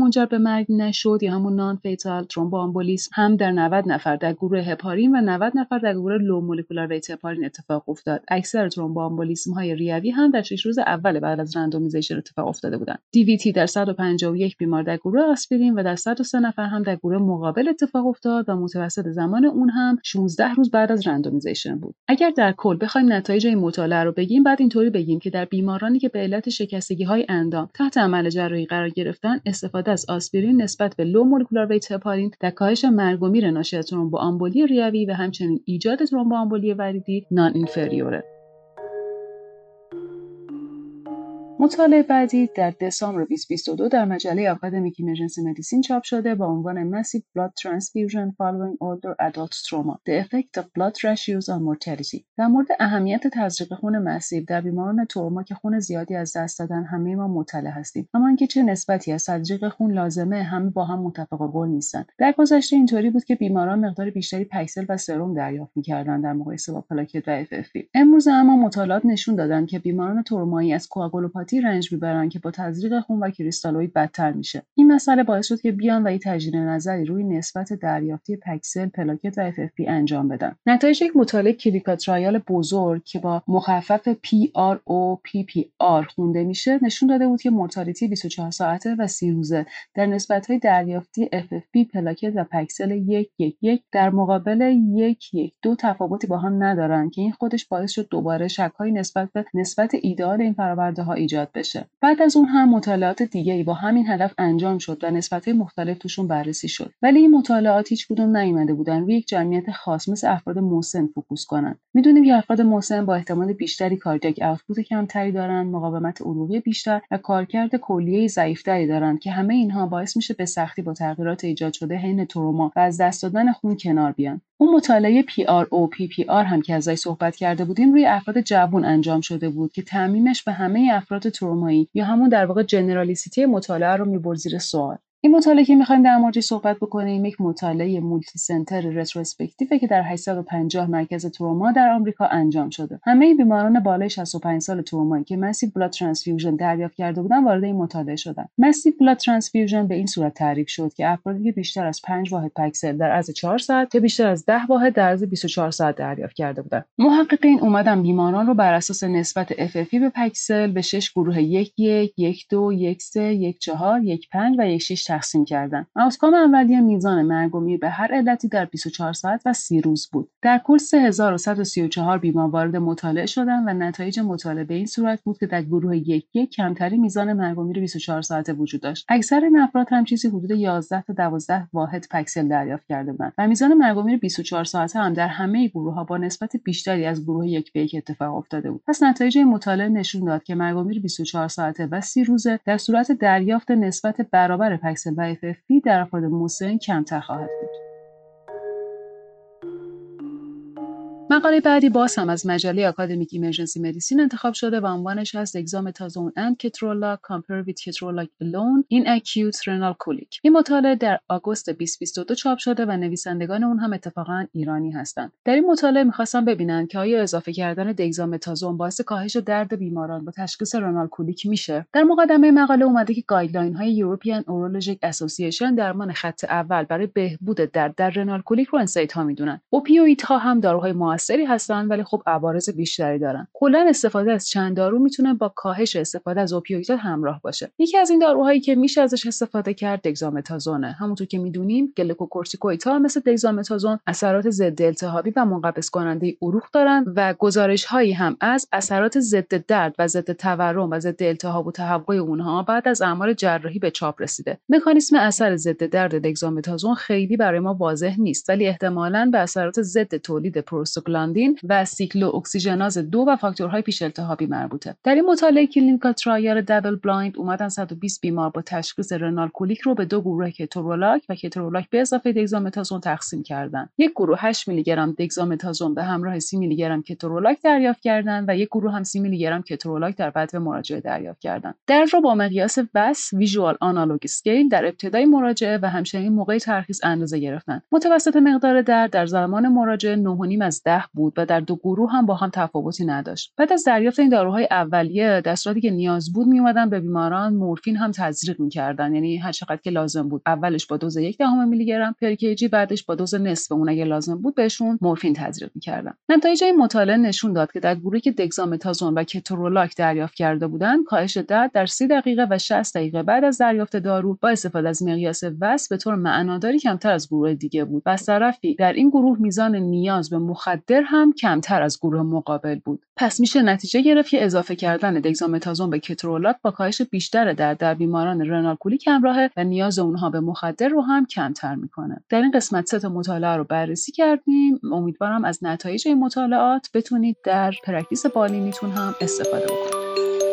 مرگ نشد یا همون نان فیتال ترومبوآمبولیسم هم در نود نفر در گروه هپارین و نود نفر در گروه لو مولکولار ویت هپارین اتفاق افتاد. اکثر ترومبوآمبولیسم های ریوی هم در شش روز اول بعد از رندومیزیشن اتفاق افتاده بودند. دی وی تی در صد و پنجاه و یک بیمار در گروه آسپرین و در صد و سه نفر هم در گروه مقابل اتفاق افتاد و متوسط زمان اون هم شانزده روز بعد از رندومیزیشن بود. اگر در کل بخوایم نتایج این مطالعه رو بگیم، بعد اینطوری بگیم که در بیمارانی که به علت شکستگی‌های اندام تحت عمل جراحی قرار گرفتن، استفاده از آسپرین نسبت به لو مولکولار ویت هپارین در کاهش مرگ و میر ناشی از ترومبوآمبولی ریوی و همچنین ایجاد ترومبوآمبولی وریدی نان اینفریوره. مطالعه بعدی در دسامبر بیست و بیست و دو در مجله اکادمیک ایمرجنسی مدیسین چاپ شده با عنوان Massive Blood Transfusion Following Older Adult Trauma: The Effect of Blood Ratios on Mortality. در مورد اهمیت تزریق خون مسیو در بیماران تروما که خون زیادی از دست دادن همه ما مطلع هستیم، اما اینکه چه نسبتی از تزریق خون لازمه همه با هم متفق القول نیستن. در گذشته اینطوری بود که بیماران مقدار بیشتری پکسل و سرم دریافت می‌کردند در مقایسه با پلاکت و اف اف پی. امروز اما مطالعات نشون دادن که بیماران ترومایی از کوآگولوپاتی رنج میبرن که با تزریق خون و کریستالوئید بدتر میشه. این مسئله باعث شد که بیان و یه تجدید نظری روی نسبت دریافتی پکسل، پلاکت و اف اف پی انجام بدن. نتایج یک مطالعه کلینیکال ترایال بزرگ که با مخفف پی آر او پی پی آر خونده میشه نشون داده بود که مورتالیتی بیست و چهار ساعته و سی روزه در نسبت‌های دریافتی اف اف پی، پلاکت و پکسل یک یک یک در مقابل یک یک دو تفاوتی با هم ندارن که این خودش باعث شد دوباره شک‌های نسبت به نسبت ایدئال این فرآورده‌ها ایجاد بشه. بعد از اون هم مطالعات دیگه‌ای با همین هدف انجام شد و نسبت‌های مختلف توشون بررسی شد. ولی این مطالعات هیچ کدوم نیومده بودن روی یک جمعیت خاص مثل افراد مسن فوکوس کنن. میدونیم که افراد مسن با احتمال بیشتری کاردیاک اوتپوت کمتری دارن، مقاومت عروقی بیشتر و کارکرد کلیه ضعیف‌تری دارن که همه اینها باعث میشه به سختی با تغییرات ایجاد شده حین تروما و از دست دادن خون کنار بیان. اون مطالعه پی آر او پی پی آر هم که ازش صحبت کرده بودیم روی افراد جوان انجام شده بود که تعمیمش به همه افراد ترومایی یا همون در واقع جنرالیسیتی مطالعه رو میبرد زیر سوال. این مطالعه که می‌خوایم در موردش صحبت بکنیم یک مطالعه مولتی سنتر رتروسپکتیو که در هشتصد و پنجاه مرکز تروما در آمریکا انجام شده. همه بیماران بالای شصت و پنج سال ترومایی که مسیو بلاد ترانسفیوژن دریافت کرده بودن وارد این مطالعه شدند. مسیو بلاد ترانسفیوژن به این صورت تعریف شد که افرادی که بیشتر از پنج واحد پکسل در عرض چهار ساعت که بیشتر از ده واحد در عرض بیست و چهار ساعت دریافت کرده بودند. محققین اومدن بیماران رو بر اساس نسبت اف اف پی به پکسل به شش گروه یک یک، یک دو، یک سه، یک چهار، یک پنج و یک شش تقسیم کردن. آوتکام اولیه میزان مرگ و میر به هر علتی در بیست و چهار ساعت و سی روز بود. در کل سه هزار و صد و سی و چهار بیمار وارد مطالعه شدند و نتایج مطالعه به این صورت بود که در گروه یک یک کمترین میزان مرگ و میر بیست و چهار ساعته وجود داشت. اکثر این افراد هم چیزی حدود یازده تا دوازده واحد پکسل دریافت کرده بودند و میزان مرگ و میر بیست و چهار ساعته هم در همه گروه‌ها با نسبت بیشتری از گروه یک به یک اتفاق افتاده بود. پس نتایج این مطالعه نشون داد که مرگ و میر بیست و چهار ساعته و سی روزه در صورت دریافت نسبت برابر پکسل و اف اف پی در افراد مسن کمتر خواهد بود. مقاله بعدی باز هم از مجله اکادمیک ایمرجنسی مدیسین انتخاب شده و عنوانش هست Dexamethasone and Ketorolac Compare with Ketorolac Alone in Acute Renal Colic. این مطالعه در آگوست بیست و بیست و دو چاپ شده و نویسندگان اون هم اتفاقاً ایرانی هستند. در این مطالعه می‌خواستن ببینن که آیا اضافه کردن دگزامتازون باعث کاهش درد بیماران با تشخیص رنال کولیک میشه. در مقدمه مقاله اومده که گایدلاین‌های European Urologic Association درمان خط اول برای بهبود درد در رنال کولیک رو انسایت‌ها میدونن. اوپیوئیدها هم داروهای موثری هستن ولی خب عوارض بیشتری دارن. کلا استفاده از چند دارو میتونه با کاهش استفاده از اوپیوئیدها همراه باشه. یکی از این داروهایی که میشه ازش استفاده کرد دگزامتازونه. همونطور که میدونیم گلوکوکورتیکوئیدها مثل دگزامتازون اثرات ضد التهابی و منقبض کننده عروق دارن و گزارش‌هایی هم از اثرات ضد درد و ضد تورم و ضد التهاب و تهوع اونها بعد از اعمال جراحی به چاپ رسیده. مکانیسم اثر ضد درد دگزامتازون خیلی برای ما واضح نیست ولی احتمالاً به اثرات ضد تولید پروستاگلاندین و سیکلو اکسیژناز دو و فاکتورهای پیش التهابی مربوطه. در این مطالعه کلینیکال ترایال دابل بلایند اومدن صد و بیست بیمار با تشخیص رنال کولیک رو به دو گروه کتورولاک و کتورولاک به اضافه دگزامتازون تقسیم کردن. یک گروه هشت میلی گرم دگزامتازون به همراه سی میلی گرم کتورولاک دریافت کردند و یک گروه هم سی میلی گرم کتورولاک در بعد مراجعه دریافت کردند. درد رو با مقیاس وس ویژوال آنالوگ اسکیل در ابتدای مراجعه و همچنین موقع ترخیص اندازه گرفتن. متوسط مقدار درد در زمان مراجعه نه و نیم از ده ده بود و در دو گروه هم با هم تفاوتی نداشت. بعد از دریافت این داروهای اولیه، در صورتی که نیاز بود میومدن به بیماران مورفین هم تزریق میکردن، یعنی هر چقدر که لازم بود. اولش با دوز یک دهم میلی گرم پر کیجی، بعدش با دوز نصف اون اگه لازم بود بهشون مورفین تزریق میکردن. نتایج این مطالعه نشون داد که در گروهی که دگزامتازون و کترولاک دریافت کرده بودند، کاهش درد در سی دقیقه و شصت دقیقه بعد از دریافت دارو با استفاده از مقیاس وصف به طور معناداری کمتر از گروه دیگه بود. و از طرفی در این گروه میزان نیاز به مخدر هم کمتر از گروه مقابل بود. پس میشه نتیجه گرفت که اضافه کردن دگزامتازون به کترولاک با کاهش بیشتر درد در بیماران رنال کولیک همراهه و نیاز اونها به مخدر رو هم کمتر میکنه. در این قسمت سه تا مطالعه رو بررسی کردیم. امیدوارم از نتایج این مطالعات بتونید در پرکتیس بالینیتون هم استفاده بکنید.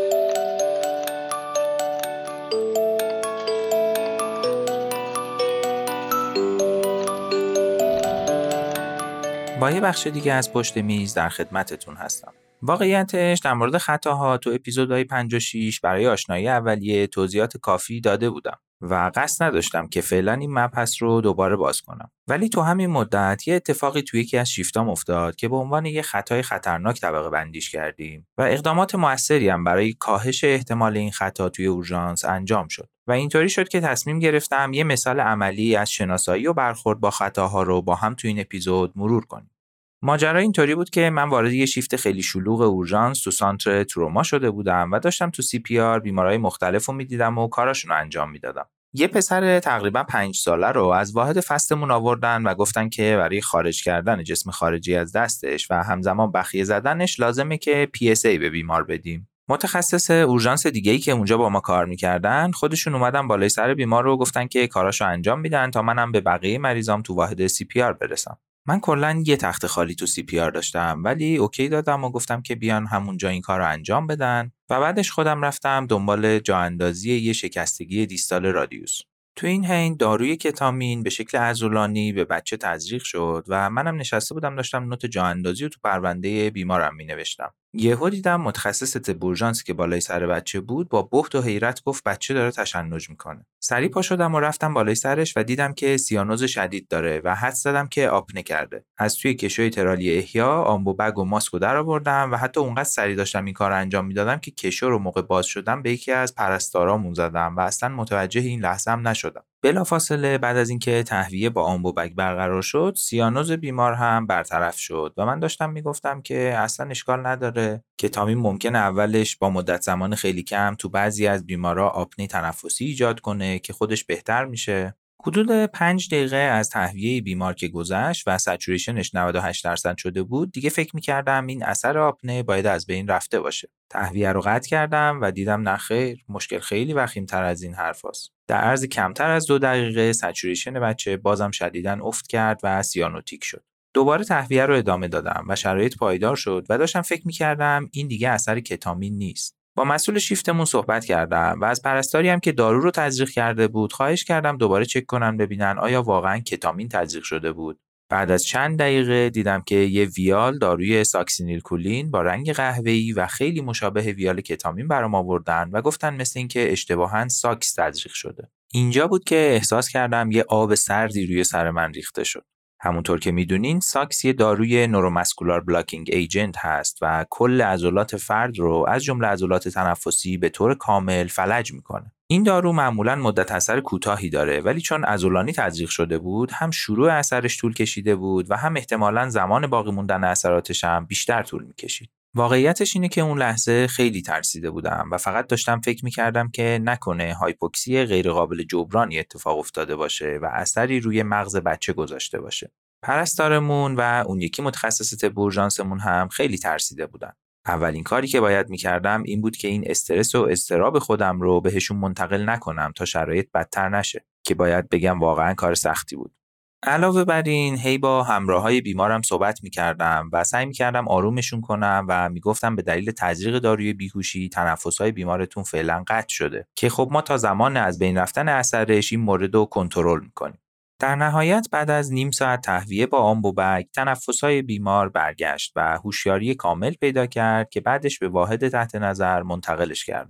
با یه بخش دیگه از پشت میز در خدمتتون هستم. واقعیتش در مورد خطاها تو اپیزودهای پنج و شش برای آشنایی اولیه توضیحات کافی داده بودم و قصد نداشتم که فعلا این مبحث رو دوباره باز کنم. ولی تو همین مدت یه اتفاقی توی یکی از شیفتام افتاد که به عنوان یه خطای خطرناک طبقه بندیش کردیم و اقدامات موثری هم برای کاهش احتمال این خطا توی اورژانس انجام شد. و اینطوری شد که تصمیم گرفتم یه مثال عملی از شناسایی و برخورد با خطاها رو با هم تو این اپیزود مرور کنیم. ماجرا اینطوری بود که من وارد یه شیفت خیلی شلوغ اورژانس تو سانتر تروما شده بودم و داشتم تو سی پی آر بیمارای مختلفو میدیدم و کاراشون رو انجام میدادم. یه پسر تقریبا پنج ساله رو از واحد فستمون آوردن و گفتن که برای خارج کردن جسم خارجی از دستش و همزمان بخیه زدنش لازمه که پی اس ای به بیمار بدیم. متخصص اورژانس دیگه‌ای که اونجا با ما کار می‌کردن خودشون اومدن بالای سر بیمار رو گفتن که کاراشو انجام میدن تا منم به بقیه مریضام تو واحد سی پی آر برسم. من کلاً یه تخت خالی تو سی پی آر داشتم ولی اوکی دادم و گفتم که بیان همونجا این کارو انجام بدن و بعدش خودم رفتم دنبال جا اندازی یه شکستگی دیستال رادیوس. تو این حین داروی کتامین به شکل عضلانی به بچه تزریق شد و منم نشسته بودم داشتم نوت جا اندازی رو تو پرونده بیمارم مینوشتم. یهو دیدم متخصص طب اورژانس که بالای سر بچه بود با بهت و حیرت گفت بچه داره تشنج میکنه. سریع پا شدم و رفتم بالای سرش و دیدم که سیانوز شدید داره و حدس زدم که آپنه کرده. از توی کشوی ترالی احیا آمبوبگ و ماسک رو درآوردم و حتی اونقدر سریع داشتم این کارو انجام میدادم که کشو رو موقع باز شدم به یکی از پرستارامون زدم و اصلا متوجه این لحظه هم نشدم. بلافاصله بعد از اینکه تهویه با آمبوبگ برقرار شد، سیانوز بیمار هم برطرف شد و من داشتم میگفتم که اصلا اشکال نداره. کتامین ممکنه اولش با مدت زمان خیلی کم تو بعضی از بیمارا آپنه تنفسی ایجاد کنه که خودش بهتر میشه. حدود پنج دقیقه از تهویه بیمار که گذشت و سچوریشنش نود و هشت درصد شده بود، دیگه فکر می‌کردم این اثر آپنه باید از بین رفته باشه. تهویه رو قطع کردم و دیدم نه خیر، مشکل خیلی وخیم‌تر از این حرفاست. در عرض کمتر از دو دقیقه سچوریشن بچه بازم شدیداً افت کرد و سیانوتیک شد. دوباره تهویه رو ادامه دادم و شرایط پایدار شد و داشتم فکر می‌کردم این دیگه اثر کتامین نیست. با مسئول شیفتمون صحبت کردم و از پرستاری هم که دارو رو تزریق کرده بود خواهش کردم دوباره چک کنن ببینن آیا واقعا کتامین تزریق شده بود. بعد از چند دقیقه دیدم که یه ویال داروی ساکسینیلکولین با رنگ قهوه‌ای و خیلی مشابه ویال کتامین برام آوردن و گفتن مثل این که اشتباهاً ساکس تزریق شده. اینجا بود که احساس کردم یه آب سردی روی سر من ریخته شد. همونطور که میدونین ساکس یه داروی نوروماسکولار بلاکینگ ایجنت هست و کل عضلات فرد رو از جمله عضلات تنفسی به طور کامل فلج میکنه. این دارو معمولاً مدت اثر کوتاهی داره ولی چون عضلانی تزریق شده بود هم شروع اثرش طول کشیده بود و هم احتمالاً زمان باقی موندن اثراتش هم بیشتر طول میکشید. واقعیتش اینه که اون لحظه خیلی ترسیده بودم و فقط داشتم فکر میکردم که نکنه هایپوکسی غیرقابل جبرانی اتفاق افتاده باشه و اثری روی مغز بچه گذاشته باشه. پرستارمون و اون یکی متخصص طب اورژانسمون هم خیلی ترسیده بودن. اولین کاری که باید میکردم این بود که این استرس و اضطراب خودم رو بهشون منتقل نکنم تا شرایط بدتر نشه که باید بگم واقعا کار سختی بود. علاوه بر این هی با همراهای بیمارم صحبت می‌کردم و سعی می‌کردم آرومشون کنم و میگفتم به دلیل تزریق داروی بیهوشی تنفس‌های بیمارتون فعلا قطع شده که خب ما تا زمان از بین رفتن اثرش این مورد رو کنترل می‌کنیم. در نهایت بعد از نیم ساعت تهویه با آمبوبگ تنفس‌های بیمار برگشت و هوشیاری کامل پیدا کرد که بعدش به واحد تحت نظر منتقلش کردم.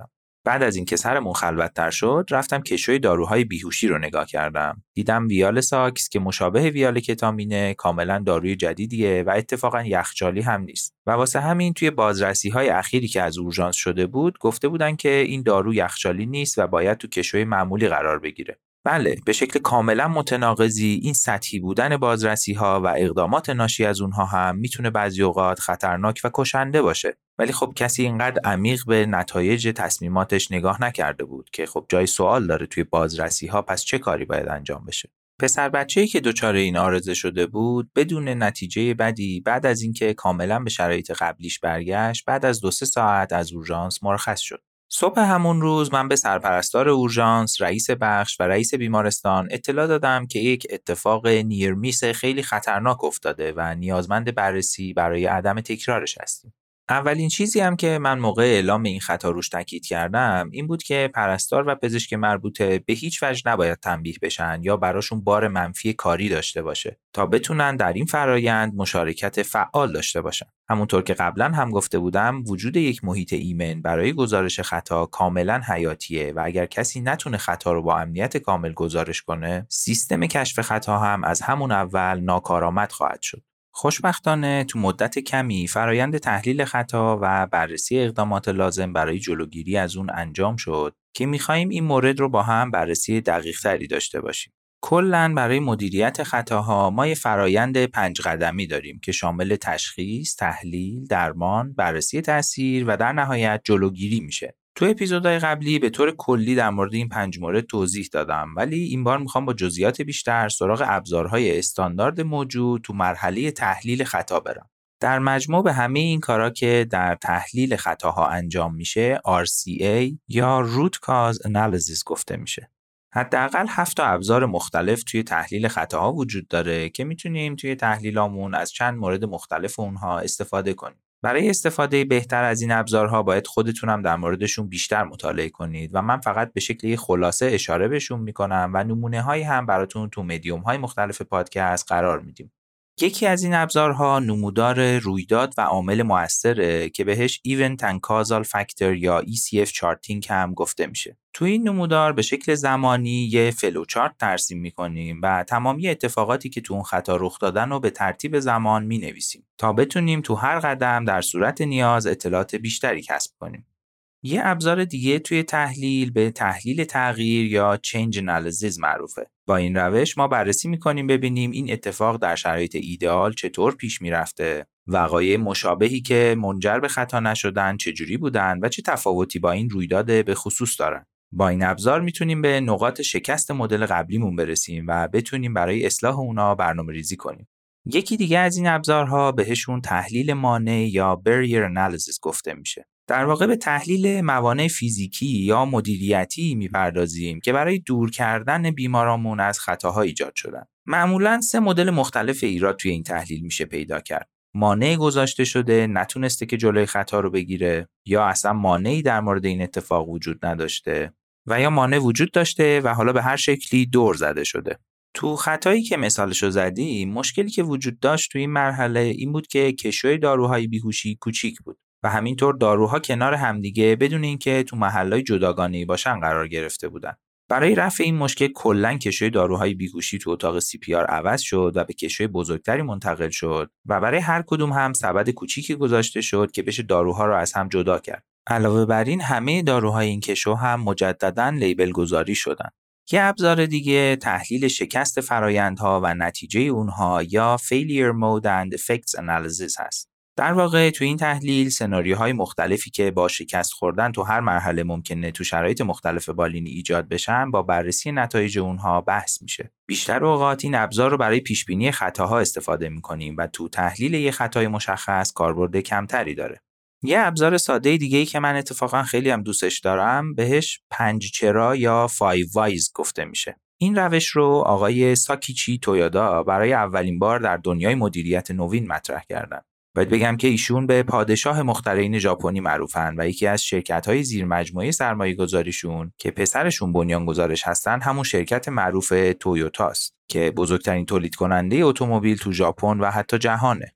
بعد از اینکه سرمون خلوت‌تر شد، رفتم کشوی داروهای بیهوشی رو نگاه کردم. دیدم ویال ساکس که مشابه ویال کتامینه کاملا داروی جدیدیه و اتفاقا یخچالی هم نیست. و واسه همین توی بازرسی‌های اخیری که از اورژانس شده بود، گفته بودن که این دارو یخچالی نیست و باید تو کشوی معمولی قرار بگیره. بله، به شکل کاملا متناقضی این سطحی بودن بازرسی‌ها و اقدامات ناشی از اونها هم میتونه بعضی اوقات خطرناک و کشنده باشه. ولی خب کسی اینقدر عمیق به نتایج تصمیماتش نگاه نکرده بود که خب جای سوال داره توی بازرسی‌ها پس چه کاری باید انجام بشه. پسر بچه‌ای که دچار این عارضه شده بود بدون نتیجه بدی بعد از اینکه کاملا به شرایط قبلیش برگشت، بعد از دو سه ساعت از اورژانس مرخص شد. صبح همون روز من به سرپرستار اورژانس، رئیس بخش و رئیس بیمارستان اطلاع دادم که یک اتفاق نیرمیس خیلی خطرناک افتاده و نیازمند بررسی برای عدم تکرارش هستیم. اولین چیزی هم که من موقع اعلام این خطا روش تاکید کردم این بود که پرستار و پزشک مربوطه به هیچ وجه نباید تنبیه بشن یا براشون بار منفی کاری داشته باشه تا بتونن در این فرایند مشارکت فعال داشته باشن. همونطور که قبلا هم گفته بودم وجود یک محیط ایمن برای گزارش خطا کاملا حیاتیه و اگر کسی نتونه خطا رو با امنیت کامل گزارش کنه، سیستم کشف خطا هم از همون اول ناکارآمد خواهد شد. خوشبختانه تو مدت کمی فرایند تحلیل خطا و بررسی اقدامات لازم برای جلوگیری از اون انجام شد که می‌خوایم این مورد رو با هم بررسی دقیق‌تری داشته باشیم. کلاً برای مدیریت خطاها ما یه فرایند پنج قدمی داریم که شامل تشخیص، تحلیل، درمان، بررسی تاثیر و در نهایت جلوگیری میشه. تو اپیزودهای قبلی به طور کلی در مورد این پنج مورد توضیح دادم، ولی این بار میخوام با جزئیات بیشتر سراغ ابزارهای استاندارد موجود تو مرحله تحلیل خطا برم. در مجموع به همه این کارا که در تحلیل خطاها انجام میشه آر سی ای یا Root Cause Analysis گفته میشه. حداقل هفت تا ابزار مختلف توی تحلیل خطاها وجود داره که میتونیم توی تحلیلامون از چند مورد مختلف اونها استفاده کنیم. برای استفاده بهتر از این ابزارها باید خودتونم در موردشون بیشتر مطالعه کنید و من فقط به شکل خلاصه اشاره بهشون میکنم و نمونه هایی هم براتون تو مدیوم های مختلف پادکست قرار میدیم. یکی از این ابزارها نمودار رویداد و عامل مؤثره که بهش Event and Causal Factor یا ای سی اف Charting هم گفته میشه. تو این نمودار به شکل زمانی یه فلوچارت ترسیم میکنیم و تمامی اتفاقاتی که تو اون خطا رخ دادن رو به ترتیب زمان مینویسیم تا بتونیم تو هر قدم در صورت نیاز اطلاعات بیشتری کسب کنیم. یه ابزار دیگه توی تحلیل به تحلیل تغییر یا Change Analysis معروفه. با این روش ما بررسی میکنیم ببینیم این اتفاق در شرایط ایدئال چطور پیش میرفته، وقایع مشابهی که منجر به خطا نشدن چجوری بودن و چه تفاوتی با این رویداد به خصوص دارن. با این ابزار میتونیم به نقاط شکست مدل قبلیمون برسیم و بتونیم برای اصلاح اونا برنامه‌ریزی کنیم. یکی دیگه از این ابزارها بهشون تحلیل مانع یا Barrier Analysis گفته میشه. در واقع به تحلیل موانع فیزیکی یا مدیریتی میپردازیم که برای دور کردن بیمارامون از خطاها ایجاد شدن. معمولاً سه مدل مختلف ایراد توی این تحلیل میشه پیدا کرد. مانع گذاشته شده نتونسته که جلوی خطا رو بگیره، یا اصلا مانعی در مورد این اتفاق وجود نداشته، و یا مانع وجود داشته و حالا به هر شکلی دور زده شده. تو خطایی که مثالشو زدیم، مشکلی که وجود داشت تو این مرحله این بود که کشوی داروهای بیهوشی کوچیک بود و همینطور داروها کنار همدیگه بدون اینکه تو محلهای جداگانه‌ای باشن قرار گرفته بودن. برای رفع این مشکل کلاً کشوی داروهای بیهوشی تو اتاق سی پی آر عوض شد و به کشوی بزرگتری منتقل شد و برای هر کدوم هم سبد کوچیکی گذاشته شد که بشه داروها رو از هم جدا کرد. علاوه بر این همه داروهای این کشو هم مجدداً لیبل گذاری شدن. یه ابزار دیگه تحلیل شکست فرایندها و نتیجه اونها یا Failure Mode and Effects Analysis هست. در واقع تو این تحلیل سناریوهای مختلفی که با شکست خوردن تو هر مرحله ممکنه تو شرایط مختلف بالینی ایجاد بشن با بررسی نتایج اونها بحث میشه. بیشتر اوقات این ابزار رو برای پیشبینی خطاها استفاده میکنیم و تو تحلیل یه خطای مشخص کاربرد کمتری داره. یه ابزار ساده دیگه‌ای که من اتفاقا خیلی هم دوستش دارم بهش پنج چرا یا فایو وایز گفته میشه. این روش رو آقای ساکیچی تویودا برای اولین بار در دنیای مدیریت نوین مطرح کردن. باید بگم که ایشون به پادشاه مخترعین ژاپنی معروفن و یکی از شرکت‌های زیر مجموعه سرمایه‌گذاریشون که پسرشون بنیانگذارش هستن همون شرکت معروف تویوتاست که بزرگترین تولید کننده اتومبیل تو ژاپن و حتی جهانه.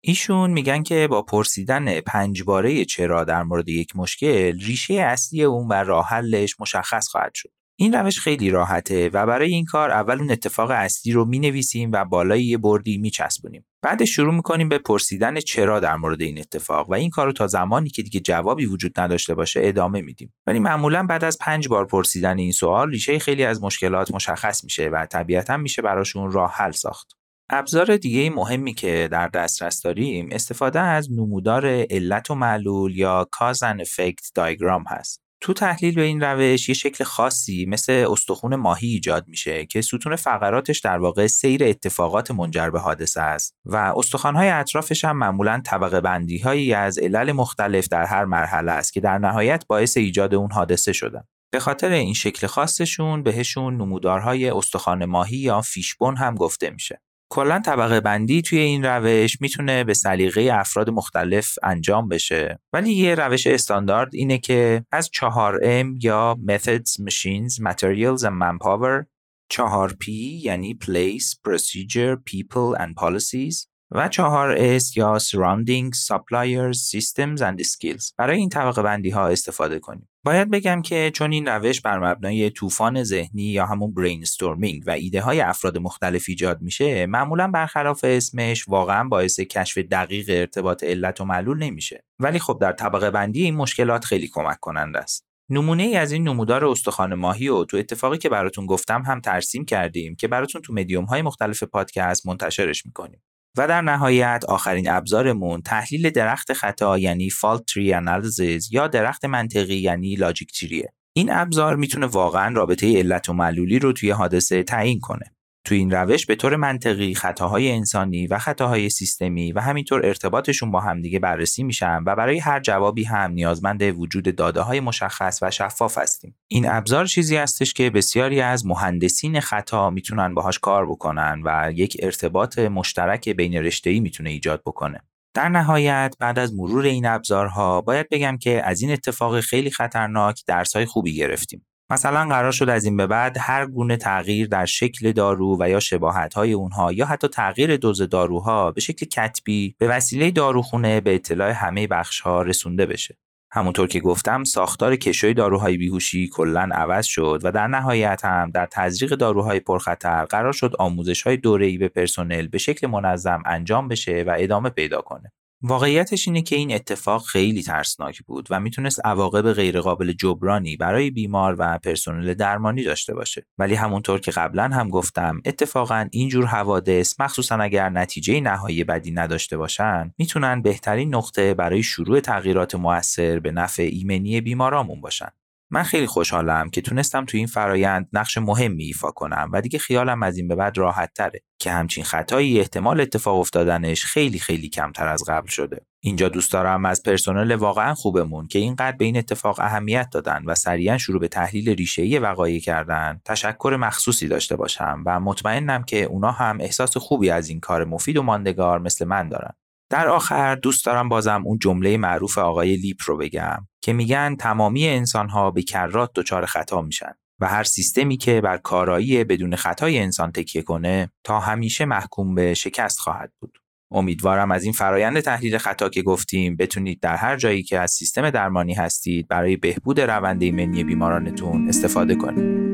ایشون میگن که با پرسیدن پنج باره چرا در مورد یک مشکل، ریشه اصلی اون و راه حلش مشخص خواهد شد. این روش خیلی راحته و برای این کار اول اون اتفاق اصلی رو مینویسیم و بالای یه بردی میچسبونیم. بعد شروع میکنیم به پرسیدن چرا در مورد این اتفاق و این کارو تا زمانی که دیگه جوابی وجود نداشته باشه ادامه میدیم. ولی معمولا بعد از پنج بار پرسیدن این سوال، ریشه خیلی از مشکلات مشخص میشه و طبیعتاً میشه براشون راه حل ساخت. ابزار دیگه مهمی که در دسترس داریم استفاده از نمودار علت و معلول یا cause and effect diagram هست. تو تحلیل به این روش یه شکل خاصی مثل استخوان ماهی ایجاد میشه که ستون فقراتش در واقع سیر اتفاقات منجر به حادثه است و استخوان‌های اطرافش هم معمولاً طبقه بندی‌هایی از علل مختلف در هر مرحله است که در نهایت باعث ایجاد اون حادثه شدن. به خاطر این شکل خاصشون بهشون نمودارهای استخوان ماهی یا فیشبون هم گفته میشه. کلاً طبقه بندی توی این روش میتونه به سلیقه افراد مختلف انجام بشه، ولی یه روش استاندارد اینه که از چهار ام یا Methods, Machines, Materials and Manpower، چهار پی یعنی Place, Procedure, People and Policies و چهار اس یا Surroundings, Suppliers, Systems and Skills برای این طبقه بندی ها استفاده کنیم. باید بگم که چون این روش بر مبنای طوفان ذهنی یا همون برینستورمینگ و ایده های افراد مختلف ایجاد میشه، معمولا برخلاف اسمش واقعا باعث کشف دقیق ارتباط علت و معلول نمیشه. ولی خب در طبقه بندی این مشکلات خیلی کمک کننده است. نمونه ای از این نمودار استخوان ماهی رو تو اتفاقی که براتون گفتم هم ترسیم کردیم که براتون تو مدیوم های مختلف پادکست منتشرش میکنیم. و در نهایت آخرین ابزارمون تحلیل درخت خطا یعنی fault tree analysis یا درخت منطقی یعنی logic treeه. این ابزار میتونه واقعا رابطه علت و معلولی رو توی حادثه تعیین کنه. توی این روش به طور منطقی خطاهای انسانی و خطاهای سیستمی و همینطور ارتباطشون با همدیگه بررسی میشن و برای هر جوابی هم نیازمند وجود داده‌های مشخص و شفاف هستیم. این ابزار چیزی هستش که بسیاری از مهندسین خطا میتونن باهاش کار بکنن و یک ارتباط مشترک بین رشته‌ای میتونه ایجاد بکنه. در نهایت بعد از مرور این ابزارها باید بگم که از این اتفاق خیلی خطرناک درس‌های خوبی گرفتیم. مثلا قرار شد از این به بعد هر گونه تغییر در شکل دارو و یا شباهت‌های اونها یا حتی تغییر دوز داروها به شکل کتبی به وسیله داروخونه به اطلاع همه بخش‌ها رسونده بشه. همونطور که گفتم ساختار کشوی داروهای بیهوشی کلاً عوض شد و در نهایت هم در تزریق داروهای پرخطر قرار شد آموزش‌های دوره‌ای به پرسنل به شکل منظم انجام بشه و ادامه پیدا کنه. واقعیتش اینه که این اتفاق خیلی ترسناک بود و میتونست عواقب غیرقابل جبرانی برای بیمار و پرسنل درمانی داشته باشه. ولی همونطور که قبلا هم گفتم اتفاقا اینجور حوادث مخصوصا اگر نتیجه نهایی بدی نداشته باشن میتونن بهترین نقطه برای شروع تغییرات مؤثر به نفع ایمنی بیمارامون باشن. من خیلی خوشحالم که تونستم تو این فرایند نقش مهمی ایفا کنم و دیگه خیالم از این به بعد راحت تره که همچین خطایی احتمال اتفاق افتادنش خیلی خیلی کمتر از قبل شده. اینجا دوست دارم از پرسنل واقعا خوبمون که اینقدر به این اتفاق اهمیت دادن و سریعا شروع به تحلیل ریشه‌ای وقایع کردن تشکر مخصوصی داشته باشم و مطمئنم که اونا هم احساس خوبی از این کار مفید و ماندگار مثل من دارن. در آخر دوست دارم بازم اون جمله معروف آقای لیپ رو بگم که میگن تمامی انسان‌ها به کرات دچار خطا میشن و هر سیستمی که بر کارایی بدون خطای انسان تکیه کنه تا همیشه محکوم به شکست خواهد بود. امیدوارم از این فرایند تحلیل خطا که گفتیم بتونید در هر جایی که از سیستم درمانی هستید برای بهبود روند ایمنی بیمارانتون استفاده کنید.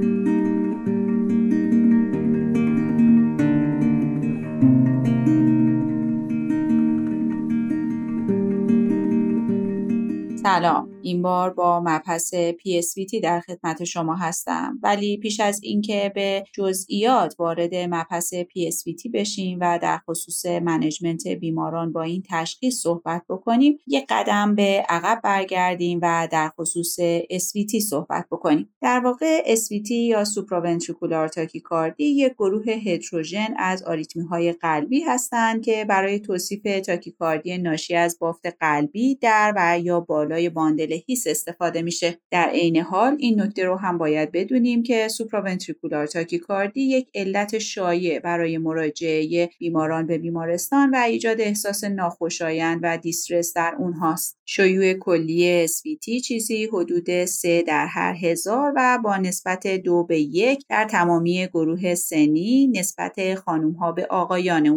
سلام، این بار با مبحث پی اس وی تی در خدمت شما هستم، ولی پیش از اینکه به جزئیات وارد مبحث پی اس وی تی بشیم و در خصوص منیجمنت بیماران با این تشخیص صحبت بکنیم، یک قدم به عقب برگردیم و در خصوص اس وی تی صحبت بکنیم. در واقع اس وی تی یا سوپراونتریکولار تاکیکاردی یک گروه هتروژن از آریتمی‌های قلبی هستند که برای توصیف تاکیکاردی ناشی از بافت قلبی در و یا بالای باندل هیس استفاده میشه. در عین حال این نکته رو هم باید بدونیم که سوپراونتریکولار تاکیکاردی یک علت شایع برای مراجعه بیماران به بیمارستان و ایجاد احساس ناخوشایند و دیسترس در اونهاست. شیوع کلی اس وی تی چیزی حدود سه در هر هزار و با نسبت دو به یک در تمامی گروه سنی نسبت خانم ها به آقایان اونه.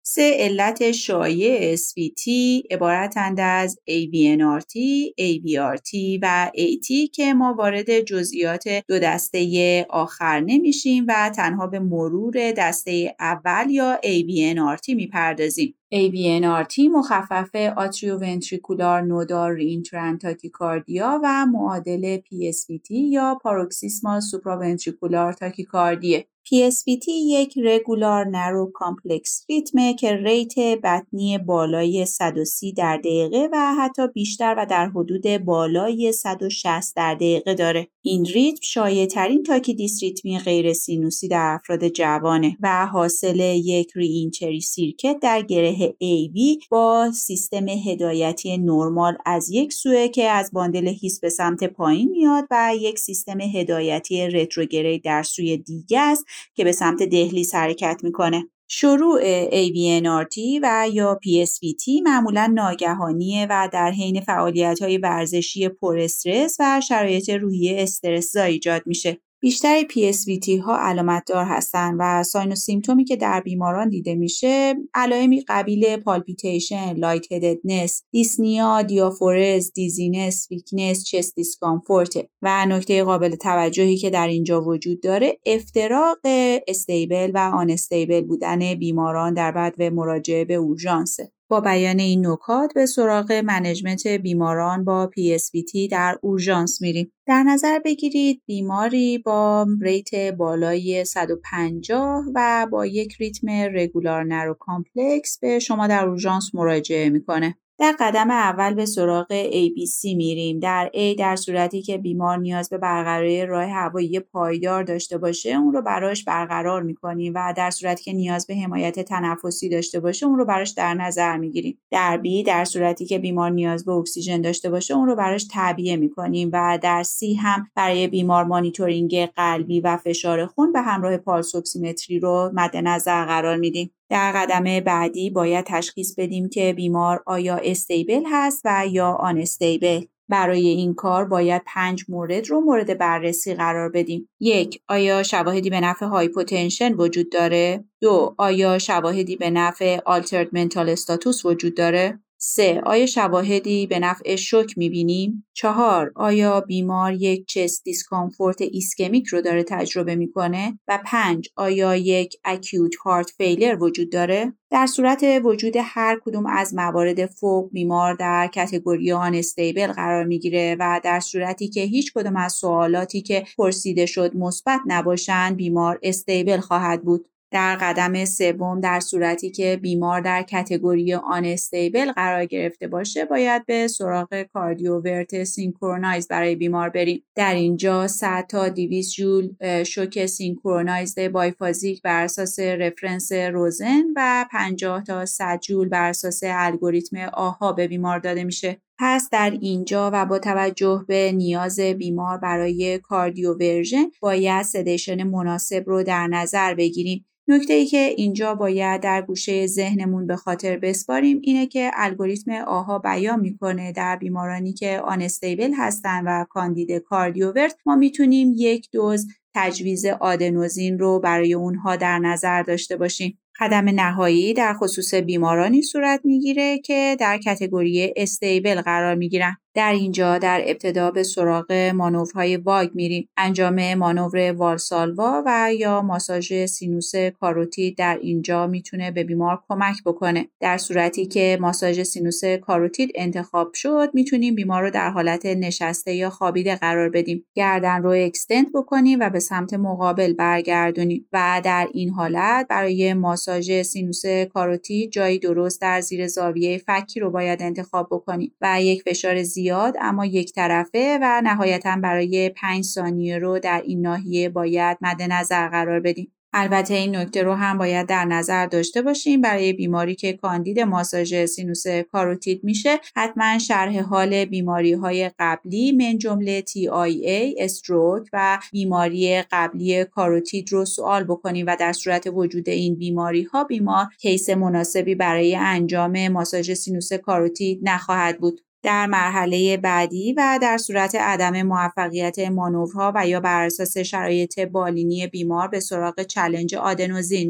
سه علت شایع اس وی تی عبارتند از ای وی ان آر تی، ای وی آر تی و ای تی که ما وارد جزئیات دو دسته آخر نمیشیم و تنها به مرور دسته اول یا ای وی ان آر تی میپردازیم. ای وی ان آر تی مخفف آتریوونتریکولار نودال ری‌انترنت تاکیکاردیا و معادل پی اس وی تی یا پاروکسیسمال سوپراونتریکولار تاکیکاردیه. پی اس وی تی یک رگولار نرو کامپلکس ریتمه که ریت بطنی بالای صد و سی در دقیقه و حتی بیشتر و در حدود بالای صد و شصت در دقیقه داره. این ریتم شایع‌ترین تاکیدیسریتمی غیر سینوسی در افراد جوانه و حاصل یک ری‌انتری سیرکت در گره ای وی با سیستم هدایتی نرمال از یک سوه که از باندل هیس به سمت پایین میاد و یک سیستم هدایتی رتروگرید در سوی دیگه است که به سمت دهلیز حرکت میکنه. شروع ای وی ان آر تی و یا پی اس وی تی معمولا ناگهانیه و در حین فعالیت‌های ورزشی پر استرس و شرایط روحی استرس‌زا ایجاد میشه. بیشتر پی اس وی تی ها علامت دار هستن و ساین و سیمتومی که در بیماران دیده میشه علائمی قبیل پالپیتیشن، لایت هددنس، دیسنیا، دیافورز، دیزینس، ویکنس، چست دیسکامفورت و نکته قابل توجهی که در اینجا وجود داره افتراق استیبل و آن استیبل بودن بیماران در بعد و مراجعه به اورژانسه. با بیان این نکات به سراغ منیجمنت بیماران با پی اس وی تی در اورژانس میریم. در نظر بگیرید بیماری با ریت بالای صد و پنجاه و با یک ریتم رگولار نرو کامپلکس به شما در اورژانس مراجعه میکنه. در قدم اول به سراغ ای بی سی میریم. در A در صورتی که بیمار نیاز به برقراری راه هوایی پایدار داشته باشه اون رو براش برقرار میکنیم و در صورتی که نیاز به حمایت تنفسی داشته باشه اون رو براش در نظر میگیریم. در B در صورتی که بیمار نیاز به اکسیژن داشته باشه اون رو براش تعبیه میکنیم و در C هم برای بیمار مانیتورینگ قلبی و فشار خون به همراه پالس اکسیمتری رو مد نظر قرار میدیم. در قدم بعدی باید تشخیص بدیم که بیمار آیا استیبل هست و یا آن استیبل. برای این کار باید پنج مورد رو مورد بررسی قرار بدیم. یک، آیا شواهدی به نفع هایپوتنشن وجود داره؟ دو، آیا شواهدی به نفع آلترد منتال استاتوس وجود داره؟ سه، آیا شواهدی به نفع شوک می‌بینیم؟ چهار، آیا بیمار یک چست دیسکامفورت ایسکمیک رو داره تجربه میکنه؟ و پنج، آیا یک اکیوت هارت فیلر وجود داره؟ در صورت وجود هر کدوم از موارد فوق بیمار در کاتگوری آن استیبل قرار میگیره و در صورتی که هیچ کدوم از سوالاتی که پرسیده شد مثبت نباشن بیمار استیبل خواهد بود. در قدم سوم در صورتی که بیمار در کاتگوری آن استیبل قرار گرفته باشه باید به سراغ کاردیوورت سینکرونایز برای بیمار بریم. در اینجا صد تا دویست جول شوک سینکرونایزد بایفازیک بر اساس رفرنس روزن و پنجاه تا صد جول بر اساس الگوریتم آها به بیمار داده میشه. پس در اینجا و با توجه به نیاز بیمار برای کاردیوورژن باید سدیشن مناسب رو در نظر بگیریم. نکته‌ای که اینجا باید در گوشه ذهنمون به خاطر بسپاریم اینه که الگوریتم آها بیان میکنه در بیمارانی که آن استیبل هستن و کاندید کاردیوورت ما میتونیم یک دوز تجویز آدنوزین رو برای اونها در نظر داشته باشیم. قدم نهایی در خصوص بیمارانی صورت میگیره که در کاتگوری استیبل قرار میگیرن. در اینجا در ابتدا به سراغ مانورهای واگ میریم. انجام مانور والسالوا و یا ماساژ سینوس کاروتید در اینجا میتونه به بیمار کمک بکنه. در صورتی که ماساژ سینوس کاروتید انتخاب شد میتونیم بیمار رو در حالت نشسته یا خوابیده قرار بدیم. گردن رو اکستند بکنیم و به سمت مقابل برگردونیم و در این حالت برای ماساژ سینوس کاروتید جایی درست در زیر زاویه فکی رو باید انتخاب بکنیم و یک فشار زیاد اما یک طرفه و نهایتاً برای پنج ثانیه رو در این ناحیه باید مد نظر قرار بدیم. البته این نکته رو هم باید در نظر داشته باشیم برای بیماری که کاندید ماساژ سینوس کاروتید میشه حتما شرح حال بیماری های قبلی من جمله تی آی ای، استروک و بیماری قبلی کاروتید رو سوال بکنیم و در صورت وجود این بیماری ها بیمار کیس مناسبی برای انجام ماساژ سینوس کاروتید نخواهد بود. در مرحله بعدی و در صورت عدم موفقیت مانورها و یا بر اساس شرایط بالینی بیمار به سراغ چالش آدنوزین میریم.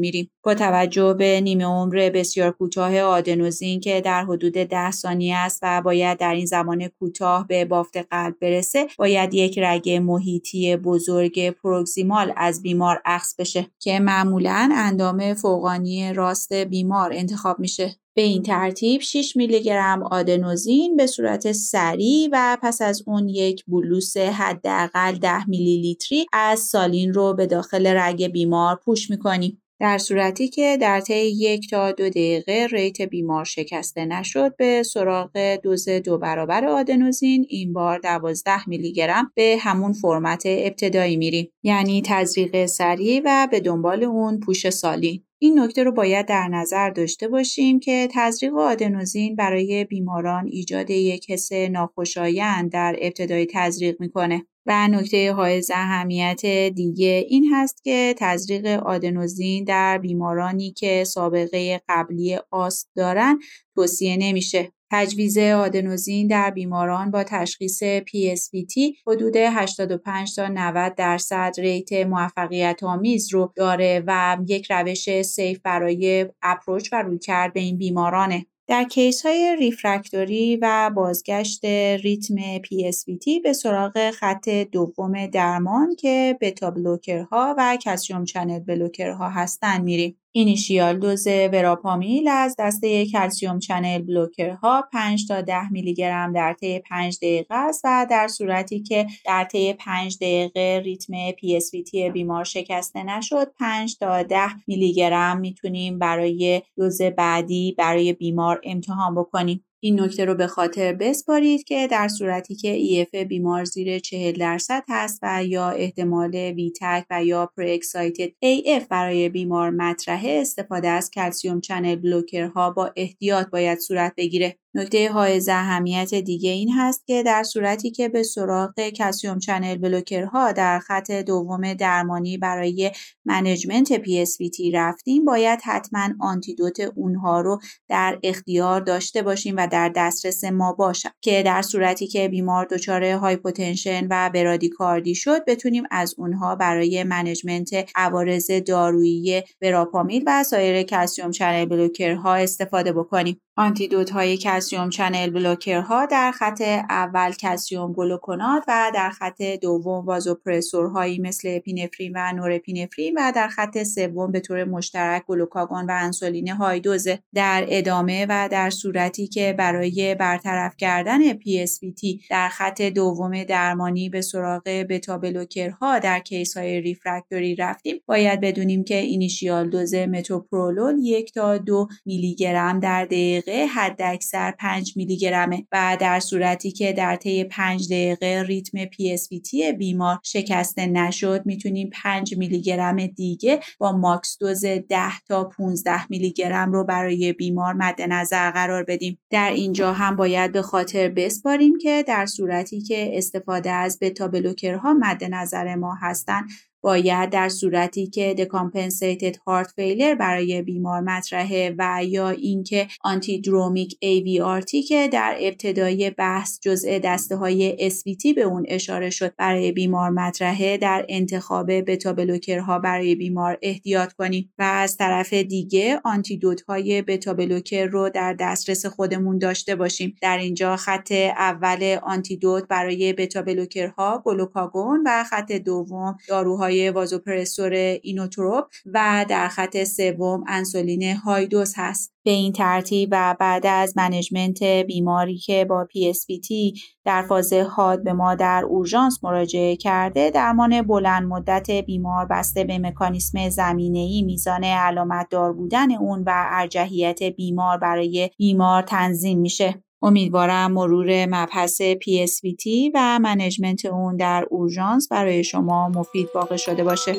با توجه به نیمه عمر بسیار کوتاه آدنوزین که در حدود ده ثانیه است و باید در این زمان کوتاه به بافت قلب برسه، باید یک رگ محیطی بزرگ پروکسیمال از بیمار اخذ بشه که معمولاً اندام فوقانی راست بیمار انتخاب میشه. به این ترتیب شش میلی گرم آدنوزین به صورت سریع و پس از اون یک بولوس حداقل ده میلی لیتری از سالین رو به داخل رگ بیمار پوش میکنیم. در صورتی که در طی یک تا دو دقیقه ریت بیمار شکسته نشد، به سراغ دوز دو برابر آدنوزین، این بار دوازده میلی گرم به همون فرمت ابتدایی میریم، یعنی تزریق سریع و به دنبال اون پوش سالین. این نکته رو باید در نظر داشته باشیم که تزریق آدنوزین برای بیماران ایجاد یک حس ناخوشایند در ابتدای تزریق میکنه. و نکته حائز اهمیت دیگه این هست که تزریق آدنوزین در بیمارانی که سابقه قبلی آست دارن توصیه نمیشه. تجویز آدنوزین در بیماران با تشخیص پی اس وی تی حدود هشتاد و پنج تا نود درصد ریت موفقیت آمیز رو داره و یک روش سیف برای اپروچ و رویکرد به این بیمارانه. در کیس های ریفرکتوری و بازگشت ریتم پی اس وی تی به سراغ خط دوم درمان که بتا بلوکرها و کلسیم چنل بلوکرها هستن میریم. اینیشیال دوز وراپامیل از دسته کلسیم چنل بلوکرها پنج تا ده میلی گرم در طی پنج دقیقه است و در صورتی که در طی پنج دقیقه ریتم پی اس وی تی بیمار شکسته نشد، پنج تا ده میلی گرم میتونیم برای دوز بعدی برای بیمار امتحان بکنیم. این نکته رو به خاطر بسپارید که در صورتی که ای اف بیمار زیر چهل درصد هست و یا احتمال ویتک و یا پری اکسایتد ای اف برای بیمار مطرحه، استفاده از کلسیم چنل بلوکرها با احتیاط باید صورت بگیره. نکته حائز اهمیت دیگه این هست که در صورتی که به سراغ کلسیم چنل بلوکرها در خط دوم درمانی برای منیجمنت پی اس وی تی رفتیم، باید حتما آنتیدوت اونها رو در اختیار داشته باشیم و در دسترس ما باشد که در صورتی که بیمار دچار هایپوتنشن و برادیکاردی شد، بتونیم از اونها برای منیجمنت عوارض دارویی وراپامیل و سایر کلسیم چنل بلوکرها استفاده بکنیم. آنتیدوت های کلسیم چنل بلوکرها در خط اول کلسیم گلوکونات و در خط دوم وازوپرسورهایی مثل اپینفرین و نورپینفرین و در خط سوم به طور مشترک گلوکاگون و انسولین های دوزه. در ادامه و در صورتی که برای برطرف کردن پی اس وی تی در خط دوم درمانی به سراغ بتا بلوکرها در کیس های ریفرکتوری رفتیم، باید بدونیم که اینیشیال دوز متوپرولول یک تا دو میلی گرم در دقیقه حد اکثر پنج میلی گرمه و در صورتی که در طی پنج دقیقه ریتم پی اس وی تی بیمار شکسته نشد، میتونیم پنج میلی گرم دیگه با ماکس دوز ده تا پانزده میلی گرم رو برای بیمار مد نظر قرار بدیم. در اینجا هم باید به خاطر بسپاریم که در صورتی که استفاده از بتا بلوکرها مد نظر ما هستن، باید در صورتی که دکامپنسیتد هارت فیلر برای بیمار مطرحه و یا اینکه آنتی درومیک ای وی آر تی که در ابتدای بحث جزء دسته های اس وی تی به اون اشاره شد برای بیمار مطرحه، در انتخاب بتا بلوکرها برای بیمار احتیاط کنیم و از طرف دیگه آنتیدوت های بتا بلوکر رو در دسترس خودمون داشته باشیم. در اینجا خط اول آنتیدوت برای بتا بلوکرها گلوکاگون و خط دوم داروهای وازوپرسور اینوتروپ و در خط سوم انسولین های دوز هست. به این ترتیب و بعد از منیجمنت بیماری که با پی اس وی تی در فاز حاد به ما در اورژانس مراجعه کرده، درمان بلند مدت بیمار بسته به مکانیسم زمینه‌ای، میزان علامت دار بودن اون و ارجحیت بیمار برای بیمار تنظیم میشه. امیدوارم مرور مبحث پی اس وی تی و منیجمنت اون در اورژانس برای شما مفید واقع شده باشه.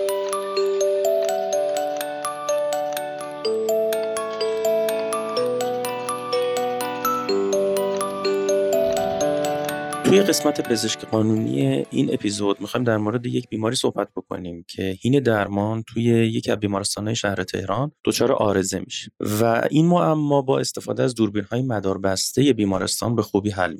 توی قسمت پزشک قانونی این اپیزود میخوایم در مورد یک بیماری صحبت بکنیم که حین درمان توی یک از بیمارستان‌های شهر تهران دچار عارضه میشه و این معما با استفاده از دوربین‌های مداربسته بیمارستان به خوبی حل میشه.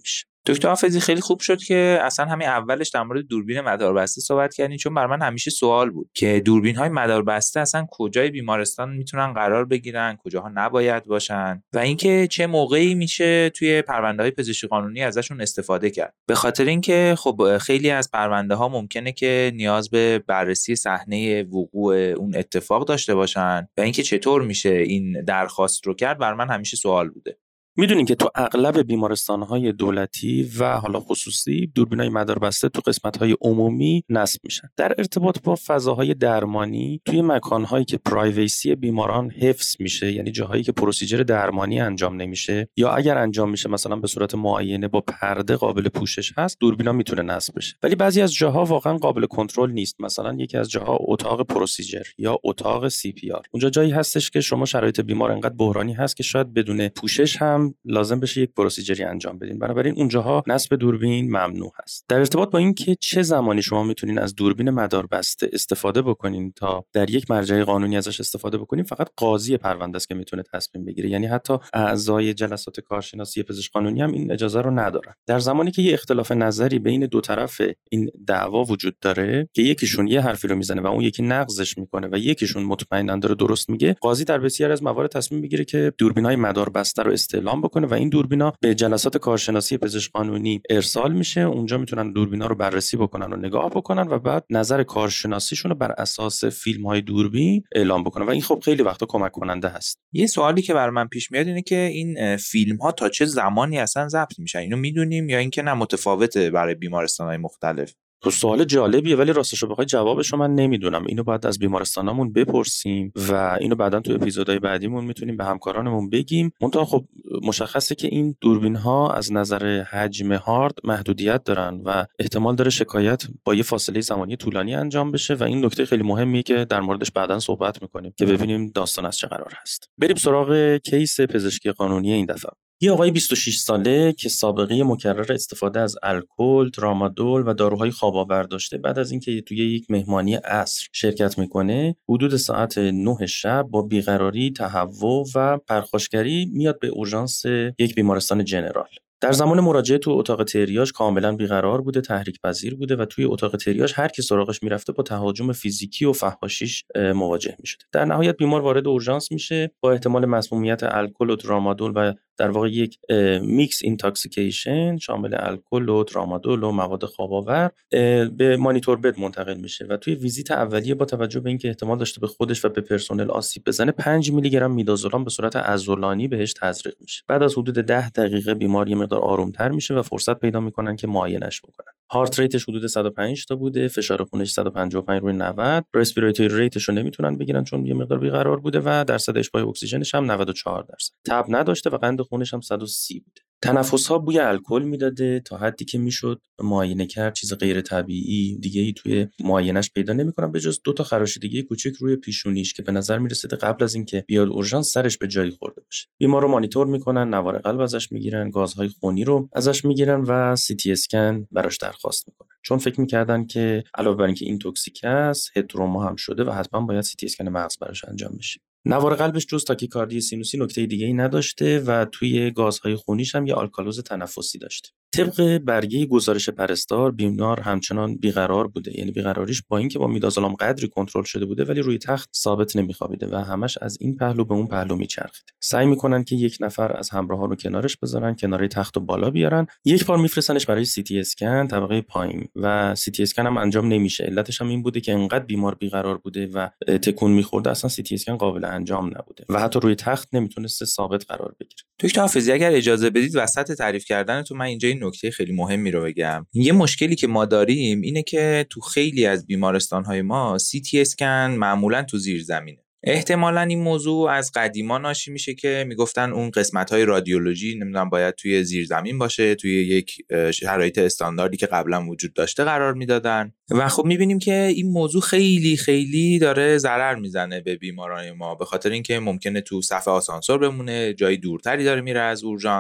دکتر حافظی خیلی خوب شد که اصلا همین اولش در مورد دوربین مداربسته صحبت کردین، چون برای من همیشه سوال بود که دوربین‌های مداربسته اصلا کجای بیمارستان میتونن قرار بگیرن، کجاها نباید باشن و اینکه چه موقعی میشه توی پرونده‌های پزشکی قانونی ازشون استفاده کرد. به خاطر اینکه خب خیلی از پرونده‌ها ممکنه که نیاز به بررسی صحنه وقوع اون اتفاق داشته باشن و اینکه چطور میشه این درخواست رو کرد برای من همیشه سوال بوده. میدونین که تو اغلب بیمارستان‌های دولتی و حالا خصوصی دوربینای مداربسته تو قسمت‌های عمومی نصب میشن. در ارتباط با فضاهای درمانی توی مکان‌هایی که پرایویسی بیماران حفظ میشه، یعنی جاهایی که پروسیجر درمانی انجام نمیشه یا اگر انجام میشه مثلا به صورت معاینه با پرده قابل پوشش هست، دوربینا میتونه نصب بشه. ولی بعضی از جاها واقعا قابل کنترل نیست. مثلا یکی از جاها اتاق پروسیجر یا اتاق سی پی آر. اونجا جایی هستش که شما شرایط بیمار انقدر بحرانی هست که شاید بدون پوشش هم لازم بشه یک پروسیجری انجام بدین. بنابراین اونجاها نصب دوربین ممنوع هست. در ارتباط با این که چه زمانی شما میتونین از دوربین مداربسته استفاده بکنین تا در یک مرجع قانونی ازش استفاده بکنین، فقط قاضی پرونده است که میتونه تصمیم بگیره. یعنی حتی اعضای جلسات کارشناسی پزشک قانونی هم این اجازه رو ندارن. در زمانی که یه اختلاف نظری بین دو طرف این دعوا وجود داره که یکیشون یه حرفی رو میزنه و اون یکی نقضش میکنه و یکیشون مطمئنا داره درست میگه، قاضی در بسیاری از موارد تصمیم میگیره که دوربینای مداربسته رو استعلام بکنه و این دوربینا به جلسات کارشناسی پزشک قانونی ارسال میشه. اونجا میتونن دوربینا رو بررسی بکنن و نگاه بکنن و بعد نظر کارشناسیشون رو بر اساس فیلم‌های دوربین اعلام بکنن و این خب خیلی وقتا کمک کننده هست. یه سوالی که برای من پیش میاد اینه که این فیلم‌ها تا چه زمانی اصلا ضبط میشن؟ اینو میدونیم یا اینکه نه متفاوته برای بیمارستان‌های مختلف؟ تو سوال جالبیه ولی راستش رو بخوای جوابش رو من نمیدونم. اینو بعد از بیمارستانامون بپرسیم و اینو بعداً تو اپیزودهای بعدیمون میتونیم به همکارانمون بگیم. منتها خب مشخصه که این دوربین ها از نظر حجم هارد محدودیت دارن و احتمال داره شکایت با یه فاصله زمانی طولانی انجام بشه و این نکته خیلی مهمیه که در موردش بعداً صحبت میکنیم که ببینیم داستان از چه قرار هست. بریم سراغ کیس پزشکی قانونی این دفعه. یه آقای بیست و شش ساله که سابقه مکرر استفاده از الکل، ترامادول و داروهای خواب‌آور داشته، بعد از اینکه توی یک مهمانی عصر شرکت میکنه، حدود ساعت نه شب با بیقراری، تهوع و پرخاشگری میاد به اورژانس یک بیمارستان جنرال. در زمان مراجعه تو اتاق تریاج کاملا بیقرار بوده، تحریک پذیر بوده و توی اتاق تریاج هر کی سراغش میرفته با تهاجم فیزیکی و فحاشیش مواجه میشده. در نهایت بیمار وارد اورژانس میشه با احتمال مسمومیت الکل و ترامادول و در واقع یک میکس اینتاکسیکیشن شامل الکل و ترامادول و مواد خواب‌آور به مانیتور بد منتقل میشه و توی ویزیت اولیه با توجه به اینکه احتمال داشته به خودش و به پرسنل آسیب بزنه پنج میلی گرم میدازولام به صورت عضلانی بهش تزریق میشه. بعد از حدود ده دقیقه بیمار یه مقدار آرومتر میشه و فرصت پیدا میکنن که معاینش بکنن. هارت ریتش حدود صد و پنج تا بوده، فشار خونش صد و پنجاه و پنج روی نود، رسپیراتوری ریتش رو نمیتونن بگیرن چون یه مقدار بیقرار بوده و درصد اشباع اکسیژنش هم نود و چهار درصد. تب نداشته و قند خونش هم صد و سی بوده. تنفس‌ها بوی الکل میداده، تا حدی که میشد معاینه کرد چیز غیر طبیعی دیگه ای توی معاینش پیدا نمی‌کنم به جز دو تا خراشیدگی کوچیک روی پیشونیش که به نظر میرسید قبل از اینکه بیاد اورژانس سرش به جایی خورده باشه. بیمار رو مانیتور میکنن، نوار قلب ازش میگیرن، گازهای خونی رو ازش میگیرن و سی تی اسکن براش درخواست میکنن. چون فکر میکردن که علاوه بر اینکه این توکسیک است، هتروما هم شده و حتما باید سی تی اسکن مغز براش انجام بشه. نوار قلبش جز تاکیکاردی سینوسی نکته دیگه‌ای نداشته و توی گازهای خونیش هم یه آلکالوز تنفسی داشته. طبق برگه گزارش پرستار بیمار همچنان بیقرار بوده، یعنی بیقراریش با اینکه با میدازولام قدری کنترل شده بوده ولی روی تخت ثابت نمیخوابیده و همش از این پهلو به اون پهلو میچرخیده. سعی میکنن که یک نفر از همراهان رو کنارش بذارن، کناره تخت رو بالا بیارن، یک بار میفرستنش برای سی تی اسکن طبقه پایین و سی تی اسکن هم انجام نمیشه. علتش هم این بوده که انقدر بیمار بیقرار بوده و تکون میخورده اصلا سی تی اسکن قابل انجام نبوده و حتی روی تخت نمیتونسته ثابت قرار بگیره. دکتر حافظی اگر اجازه بدید وسط تعریف کردنتون من اینجا این نکته خیلی مهمی رو بگم. یه مشکلی که ما داریم اینه که تو خیلی از بیمارستان‌های ما سی تی اسکن معمولاً تو زیر زمینه. احتمالاً این موضوع از قدیما ناشی میشه که میگفتن اون قسمت‌های رادیولوژی نمیدونم باید توی زیرزمین باشه، توی یک شرایط استانداردی که قبلا وجود داشته قرار میدادن و خب میبینیم که این موضوع خیلی خیلی داره ضرر میزنه به بیماران ما، به خاطر اینکه ممکنه تو صف آسانسور بمونه، جای دورتری داره میره از اورژانس.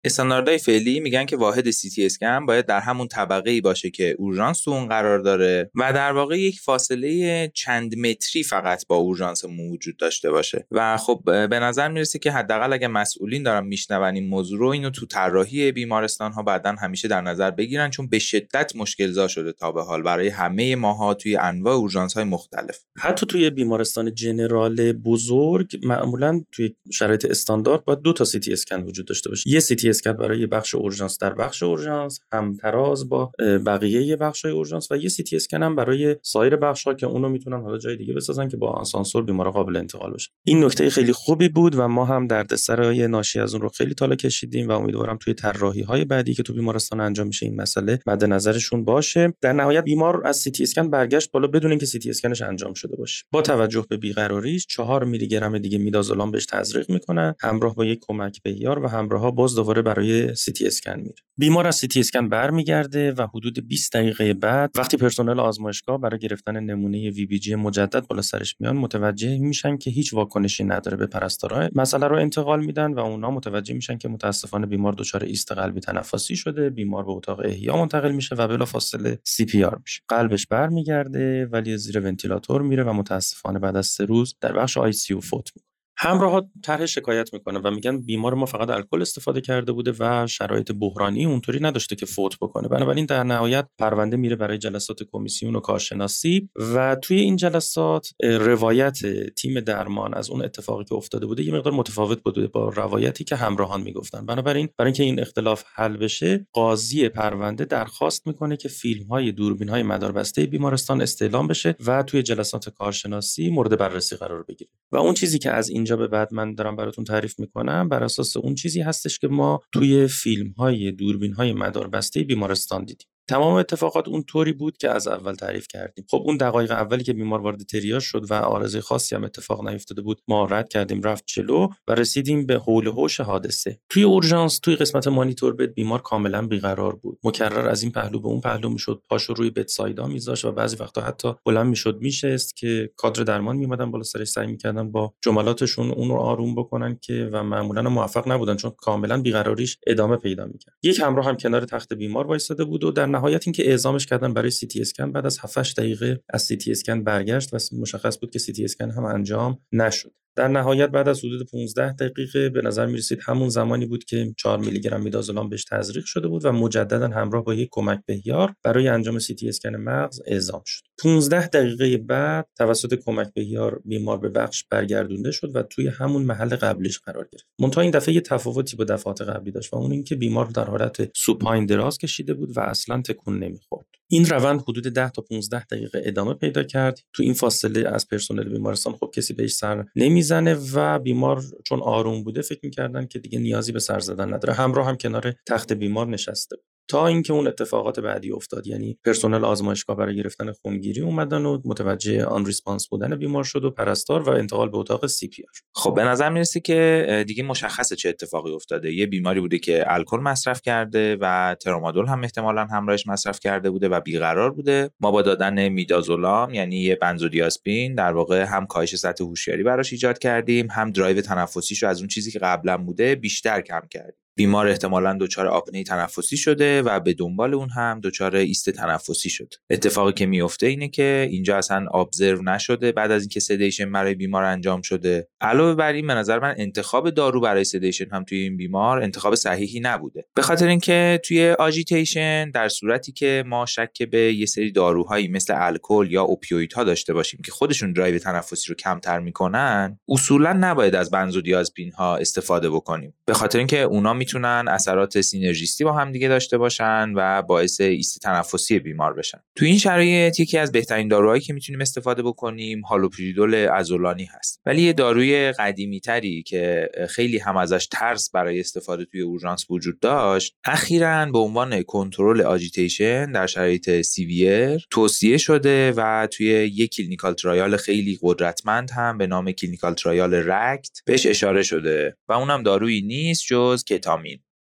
استانداردهای فعلی میگن که واحد سی تی اسکن باید در همون طبقه‌ای باشه که اورژانس تو اون قرار داره و در واقع یک فاصله چند متری فقط با اورژانسمون وجود داشته باشه. و خب به نظر میرسه که حداقل اگه مسئولین دارن میشنون این موضوع رو، اینو تو طراحی بیمارستان‌ها بعداً همیشه در نظر بگیرن، چون به شدت مشکل‌زا شده تا به حال برای همه ماها توی انواع اورژانس‌های مختلف. حتی توی بیمارستان جنرال بزرگ معمولاً توی شرایط استاندارد باید دو تا سی تی اسکن وجود داشته باشه. یه سی تی اسکن برای بخش اورژانس در بخش اورژانس همتراز با بقیه بخش‌های اورژانس و یه سی تی اسکن هم برای سایر بخش‌ها که اونو میتونن حالا جای دیگه بسازن که با آسانسور بیمارا قابل انتقال بشه. این نکته خیلی خوبی بود و ما هم دردسرای ناشی از اون رو خیلی تالا کشیدیم و امیدوارم توی طراحی‌های بعدی که تو بیمارستان انجام میشه این مسئله مد نظرشون باشه. در نهایت بیمار از سی تی اسکن برگشت بالا بدون اینکه سی تی اسکنش انجام شده باشه. با توجه به بیقراریش چهار میلی گرم دیگه میدازولام بهش تزریق میکنن همراه با یک کمک بهیار و همراها باز دوباره برای سی تی اسکن میره. بیمار از سی تی اسکن برمیگرده و حدود بیست دقیقه بعد وقتی پرسنل آزمایشگاه برای گرفتن نمونه وی بی جی مجدد بالا سرش میان متوجه میشن که هیچ واکنشی نداره به پرستارا، مسئله رو انتقال میدن و اونا متوجه میشن که متاسفانه بیمار دچار ایست قلبی تنفسی شده. بیمار به اتاق احیا منتقل میشه و بلافاصله سی پی آر میشه. قلبش برمیگرده ولی زیر ونتیلاتور میره و متاسفانه بعد از سه روز در بخش آی سی یو فوت میکنه. همراها طرح شکایت میکنه و میگن بیمار ما فقط الکل استفاده کرده بوده و شرایط بحرانی اونطوری نداشته که فوت بکنه. بنابراین در نهایت پرونده میره برای جلسات کمیسیون و کارشناسی و توی این جلسات روایت تیم درمان از اون اتفاقی که افتاده بوده یه مقدار متفاوت بوده با روایتی که همراهان میگفتن. بنابراین برای اینکه این اختلاف حل بشه قاضی پرونده درخواست میکنه که فیلم‌های دوربین‌های مداربسته بیمارستان استعلام بشه و توی جلسات کارشناسی مورد بررسی قرار بگیره. و اون چیزی که از اینجا به بعد من دارم براتون تعریف میکنم بر اساس اون چیزی هستش که ما توی فیلم‌های دوربین‌های مداربسته بیمارستان دیدیم. تمام اتفاقات اون طوری بود که از اول تعریف کردیم. خب اون دقایق اولی که بیمار وارد تریاژ شد و عارضه خاصی هم اتفاق نیفتاده بود ما رد کردیم رفت جلو و رسیدیم به حول و حوش حادثه. توی اورژانس توی قسمت مانیتور بد بیمار کاملا بیقرار بود. مکرر از این پهلو به اون پهلو میشد، پاشو روی بدسایدا میذاشت و بعضی وقتا حتی بلند میشد میشست که کادر درمان میومدن بالا سرش سعی میکردن با جملاتشون اون رو آروم بکنن که و معمولا موفق نبودن چون کاملا بیقراریش ادامه پیدا میکرد. یک همراه هم کنار تخت بیمار وایساده بود و در نهایت اینکه اعزامش کردن برای سی تی اسکن بعد از هفت هشت دقیقه از سی تی اسکن برگشت و مشخص بود که سی تی اسکن هم انجام نشد. در نهایت بعد از حدود پانزده دقیقه به نظر می‌رسید همون زمانی بود که چهار میلی گرم میدازولام بهش تزریق شده بود و مجددا همراه با یک کمک بهیار برای انجام سی تی اسکن مغز اعزام شد. پانزده دقیقه بعد توسط کمک بهیار بیمار به بخش برگردونده شد و توی همون محل قبلیش قرار گرفت. منتها این دفعه یه تفاوتی با دفعات قبلی داشت و اون اینکه بیمار در حالت سوپاین دراز کشیده بود و اصلاً تکون نمی‌خورد. این روند حدود ده تا پانزده دقیقه ادامه پیدا کرد. تو این فاصله از پرسنل بیمارستان خب کسی بهش سر نمیزنه و بیمار چون آروم بوده فکر می‌کردن که دیگه نیازی به سر زدن نداره. همراه هم کنار تخت بیمار نشسته تا اینکه اون اتفاقات بعدی افتاد. یعنی پرسنل آزمایشگاه برای گرفتن خونگیری اومدن و متوجه آن ریسپانس بودن بیمار شد و پرستار و انتقال به اتاق سی پی آر. خب به نظر میرسه که دیگه مشخصه چه اتفاقی افتاده. یه بیماری بوده که الکل مصرف کرده و ترامادول هم احتمالاً همراهش مصرف کرده بوده و بیقرار بوده. ما با دادن میدازولام یعنی یه بنزودیازپین در واقع هم کاهش سطح هوشیاری براش ایجاد کردیم، هم درایو تنفسیش رو از اون چیزی که قبلا بوده بیشتر کم کردیم. بیمار احتمالاً دچار آپنه تنفسی شده و به دنبال اون هم دچار ایست تنفسی شد. اتفاقی که میفته اینه که اینجا اصلا ابزرو نشده بعد از اینکه سدیشن برای بیمار انجام شده. علاوه بر این به نظر من انتخاب دارو برای سدیشن هم توی این بیمار انتخاب صحیحی نبوده. به خاطر اینکه توی آژیتیشن در صورتی که ما شک به یه سری داروهایی مثل الکل یا اوپیویدها داشته باشیم که خودشون درایو تنفسی رو کمتر میکنن، اصولا نباید از بنزودیازپین ها استفاده بکنیم. به خاطر اینکه اونا میتونن اثرات سینرژیستی با هم دیگه داشته باشن و باعث ایست تنفسی بیمار بشن. تو این شرایط یکی از بهترین داروهایی که میتونیم استفاده بکنیم هالوپریدول عضلانی هست. ولی یه داروی قدیمی تری که خیلی هم ازش ترس برای استفاده توی اورژانس وجود داشت، اخیراً به عنوان کنترل آژیتیشن در شرایط سیویر توصیه شده و توی یک کلینیکال ترایال خیلی قدرتمند هم به نام کلینیکال ترایال رکت بهش اشاره شده و اونم دارویی نیست جز کتامین.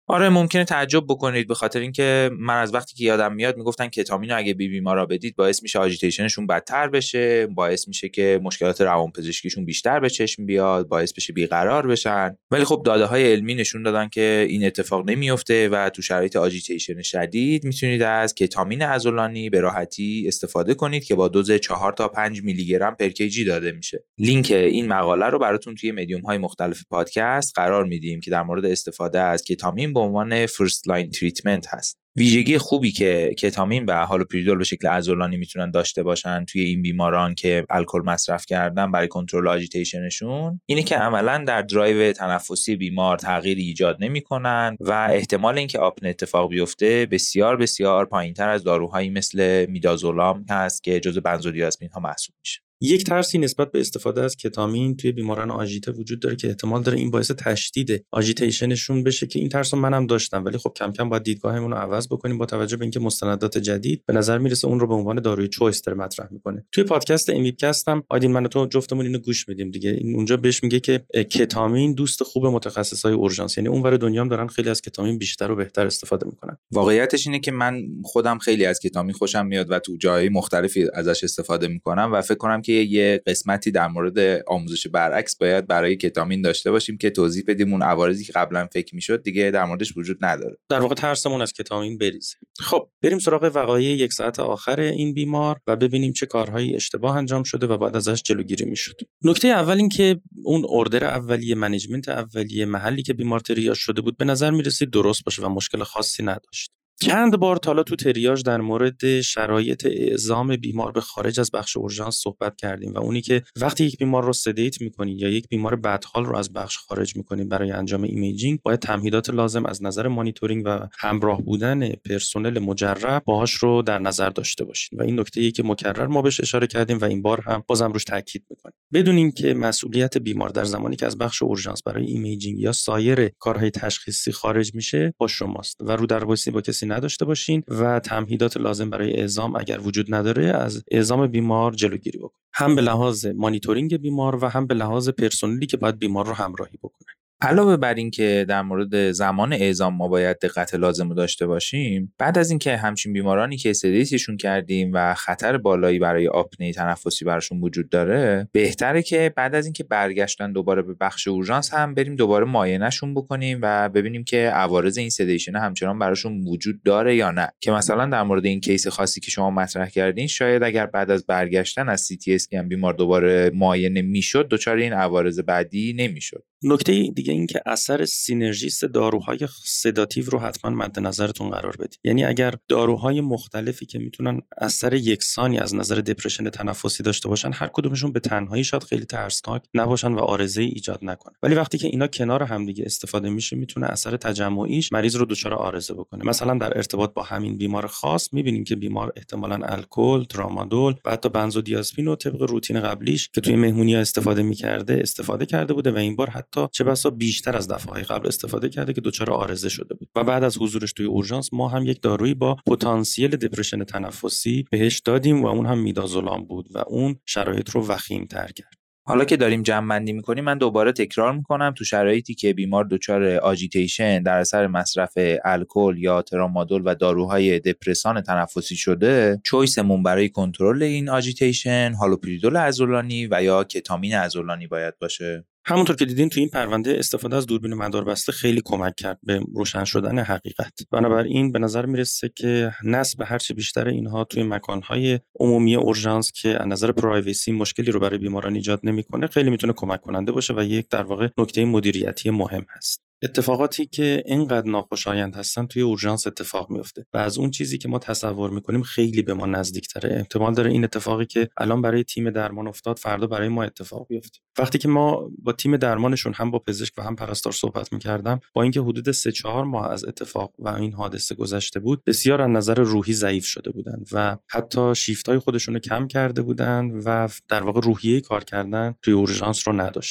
آره ممکنه تعجب بکنید، به خاطر اینکه من از وقتی که یادم میاد میگفتن کتامین رو اگه بی بیمارا بدید باعث میشه آژیتیشنشون بدتر بشه، باعث میشه که مشکلات روانپزشکیشون بیشتر به چشم بیاد، باعث بشه بیقرار بشن. ولی خب داده‌های علمی نشون دادن که این اتفاق نمیفته و تو شرایط آژیتیشن شدید میتونید از کتامین عضلانی به راحتی استفاده کنید که با دوز چهار تا پنج میلی گرم پر کیجی داده میشه. لینک این مقاله رو براتون توی مدیوم‌های مختلف پادکست قرار میدیم که در مورد استفاده از کتامین به عنوان فرست لاین تریتمنت هست. ویژگی خوبی که کتامین و هالوپریدول به شکل عضلانی میتونن داشته باشن توی این بیماران که الکل مصرف کردن برای کنترل آژیتیشنشون اینه که عملاً در درایو تنفسی بیمار تغییری ایجاد نمیکنن و احتمال اینکه آپنه اتفاق بیفته بسیار بسیار پایینتر از داروهایی مثل میدازولام هست که جزو بنزودیازپین ها محسوب میشه. یک ترسی نسبت به استفاده از کتامین توی بیماران آژیته وجود داره که احتمال داره این باعث تشدید آژیتیشنشون بشه که این ترسو منم داشتم، ولی خب کم کم باید دیدگاهمون رو عوض بکنیم با توجه به اینکه مستندات جدید به نظر میرسه اون رو به عنوان داروی چویس داره مطرح میکنه. توی پادکست امیبکست هم آیدین من و تو جفتمون اینو گوش میدیم دیگه، این اونجا بهش میگه که کتامین دوست خوب متخصصای اورژانس، یعنی اونور دنیا هم دارن خیلی از کتامین بیشتر و بهتر استفاده میکنن. واقعیتش اینه که من خودم خیلی از کتامین خوشم میاد و تو جاهای مختلفی ازش استفاده میکنم و فکر کنم که یه قسمتی در مورد آموزش برعکس باید برای کتامین داشته باشیم که توضیح بدیم اون عوارضی که قبلا فکر میشد دیگه در موردش وجود نداره. در واقع ترسمون از کتامین بریزه. خب بریم سراغ وقایع یک ساعت آخر این بیمار و ببینیم چه کارهایی اشتباه انجام شده و بعد ازش جلوگیری میشد. نکته اول این که اون اوردر اولیه، منیجمنت اولیه، محلی که بیمار تریاژ شده بود به نظر میرسید درست باشه و مشکل خاصی نداشت. چند بار تا حالا تو تریاژ در مورد شرایط اعزام بیمار به خارج از بخش اورژانس صحبت کردیم و اونی که وقتی یک بیمار رو سدیت می‌کنید یا یک بیمار بدحال رو از بخش خارج می‌کنید برای انجام ایمیجینگ، باید تمهیدات لازم از نظر مانیتورینگ و همراه بودن پرسنل مجرب باهاش رو در نظر داشته باشید و این نکته‌ای که مکرر ما بهش اشاره کردیم و این بار هم بازم روش تاکید می‌کنیم. بدونیم که مسئولیت بیمار در زمانی که از بخش اورژانس برای ایمیجینگ یا سایر کارهای تشخیصی خارج میشه با شماست و رو درواسی با کسی نداشته باشین و تمهیدات لازم برای اعزام اگر وجود نداره از اعزام بیمار جلوگیری بکنید، هم به لحاظ مانیتورینگ بیمار و هم به لحاظ پرسنلی که باید بیمار رو همراهی بکنه. علاوه بر این که در مورد زمان اعزام ما باید دقت لازم رو داشته باشیم، بعد از اینکه همچین بیمارانی که سدیتشون کردیم و خطر بالایی برای آپنه تنفسی براشون وجود داره، بهتره که بعد از اینکه برگشتن دوباره به بخش اورژانس هم بریم دوباره معاینه‌شون بکنیم و ببینیم که عوارض این سدیشن همچنان براشون وجود داره یا نه. که مثلا در مورد این کیس خاصی که شما مطرح کردین، شاید اگر بعد از برگشتن از سی تی اسکن بیمار دوباره معاینه میشد، دچار این عوارض بعدی نمیشد. نکته دیگه این که اثر سینرژیست داروهای سداتیو رو حتما مد نظرتون قرار بدید. یعنی اگر داروهای مختلفی که میتونن اثر یکسانی از نظر دپرشن تنفسی داشته باشن، هر کدومشون به تنهایی شاید خیلی ترسناک نباشن و عارضه‌ای ایجاد نکنه، ولی وقتی که اینا کنار هم دیگه استفاده میشه میتونه اثر تجمعیش مریض رو دچار عارضه بکنه. مثلا در ارتباط با همین بیمار خاص میبینیم که بیمار احتمالاً الکل، ترامادول و حتی بنزودیازپین رو طبق روتین قبلیش که توی مهمونی‌ها استفاده می‌کرده استفاده کرده بوده و این بار حتی چه بسا بیشتر از دفعه‌های قبل استفاده کرده که دچار عارضه شده بود و بعد از حضورش توی اورژانس ما هم یک دارویی با پتانسیل دپرشن تنفسی بهش دادیم و اون هم میدازولام بود و اون شرایط رو وخیم‌تر کرد. حالا که داریم جمع‌بندی می‌کنیم، من دوباره تکرار می‌کنم تو شرایطی که بیمار دچار آژیتیشن در اثر مصرف الکل یا ترامادول و داروهای دپرسان تنفسی شده، چویسمون برای کنترل این آژیتیشن هالوپریدول عضلانی و یا کتامین عضلانی باید باشه. همونطور که دیدین تو این پرونده استفاده از دوربین مداربسته خیلی کمک کرد به روشن شدن حقیقت. بنابراین به نظر میرسه که نصب هرچه بیشتر اینها توی مکانهای عمومی اورژانس که از نظر پرایوسی مشکلی رو برای بیماران ایجاد نمیکنه خیلی میتونه کمک کننده باشه و یک در واقع نکته مدیریتی مهم هست. اتفاقاتی که اینقدر ناخوشایند هستن توی اورژانس اتفاق میفته و از اون چیزی که ما تصور میکنیم خیلی به ما نزدیکتره. احتمال داره این اتفاقی که الان برای تیم درمان افتاد فردا برای ما اتفاق بیفته. وقتی که ما با تیم درمانشون هم با پزشک و هم پرستار صحبت میکردم، با اینکه حدود سه چهار ماه از اتفاق و این حادثه گذشته بود، بسیار از نظر روحی ضعیف شده بودن و حتی شیفت‌های خودشون رو کم کرده بودن و در واقع روحیه کار کردن توی اورژانس رو نداشتن.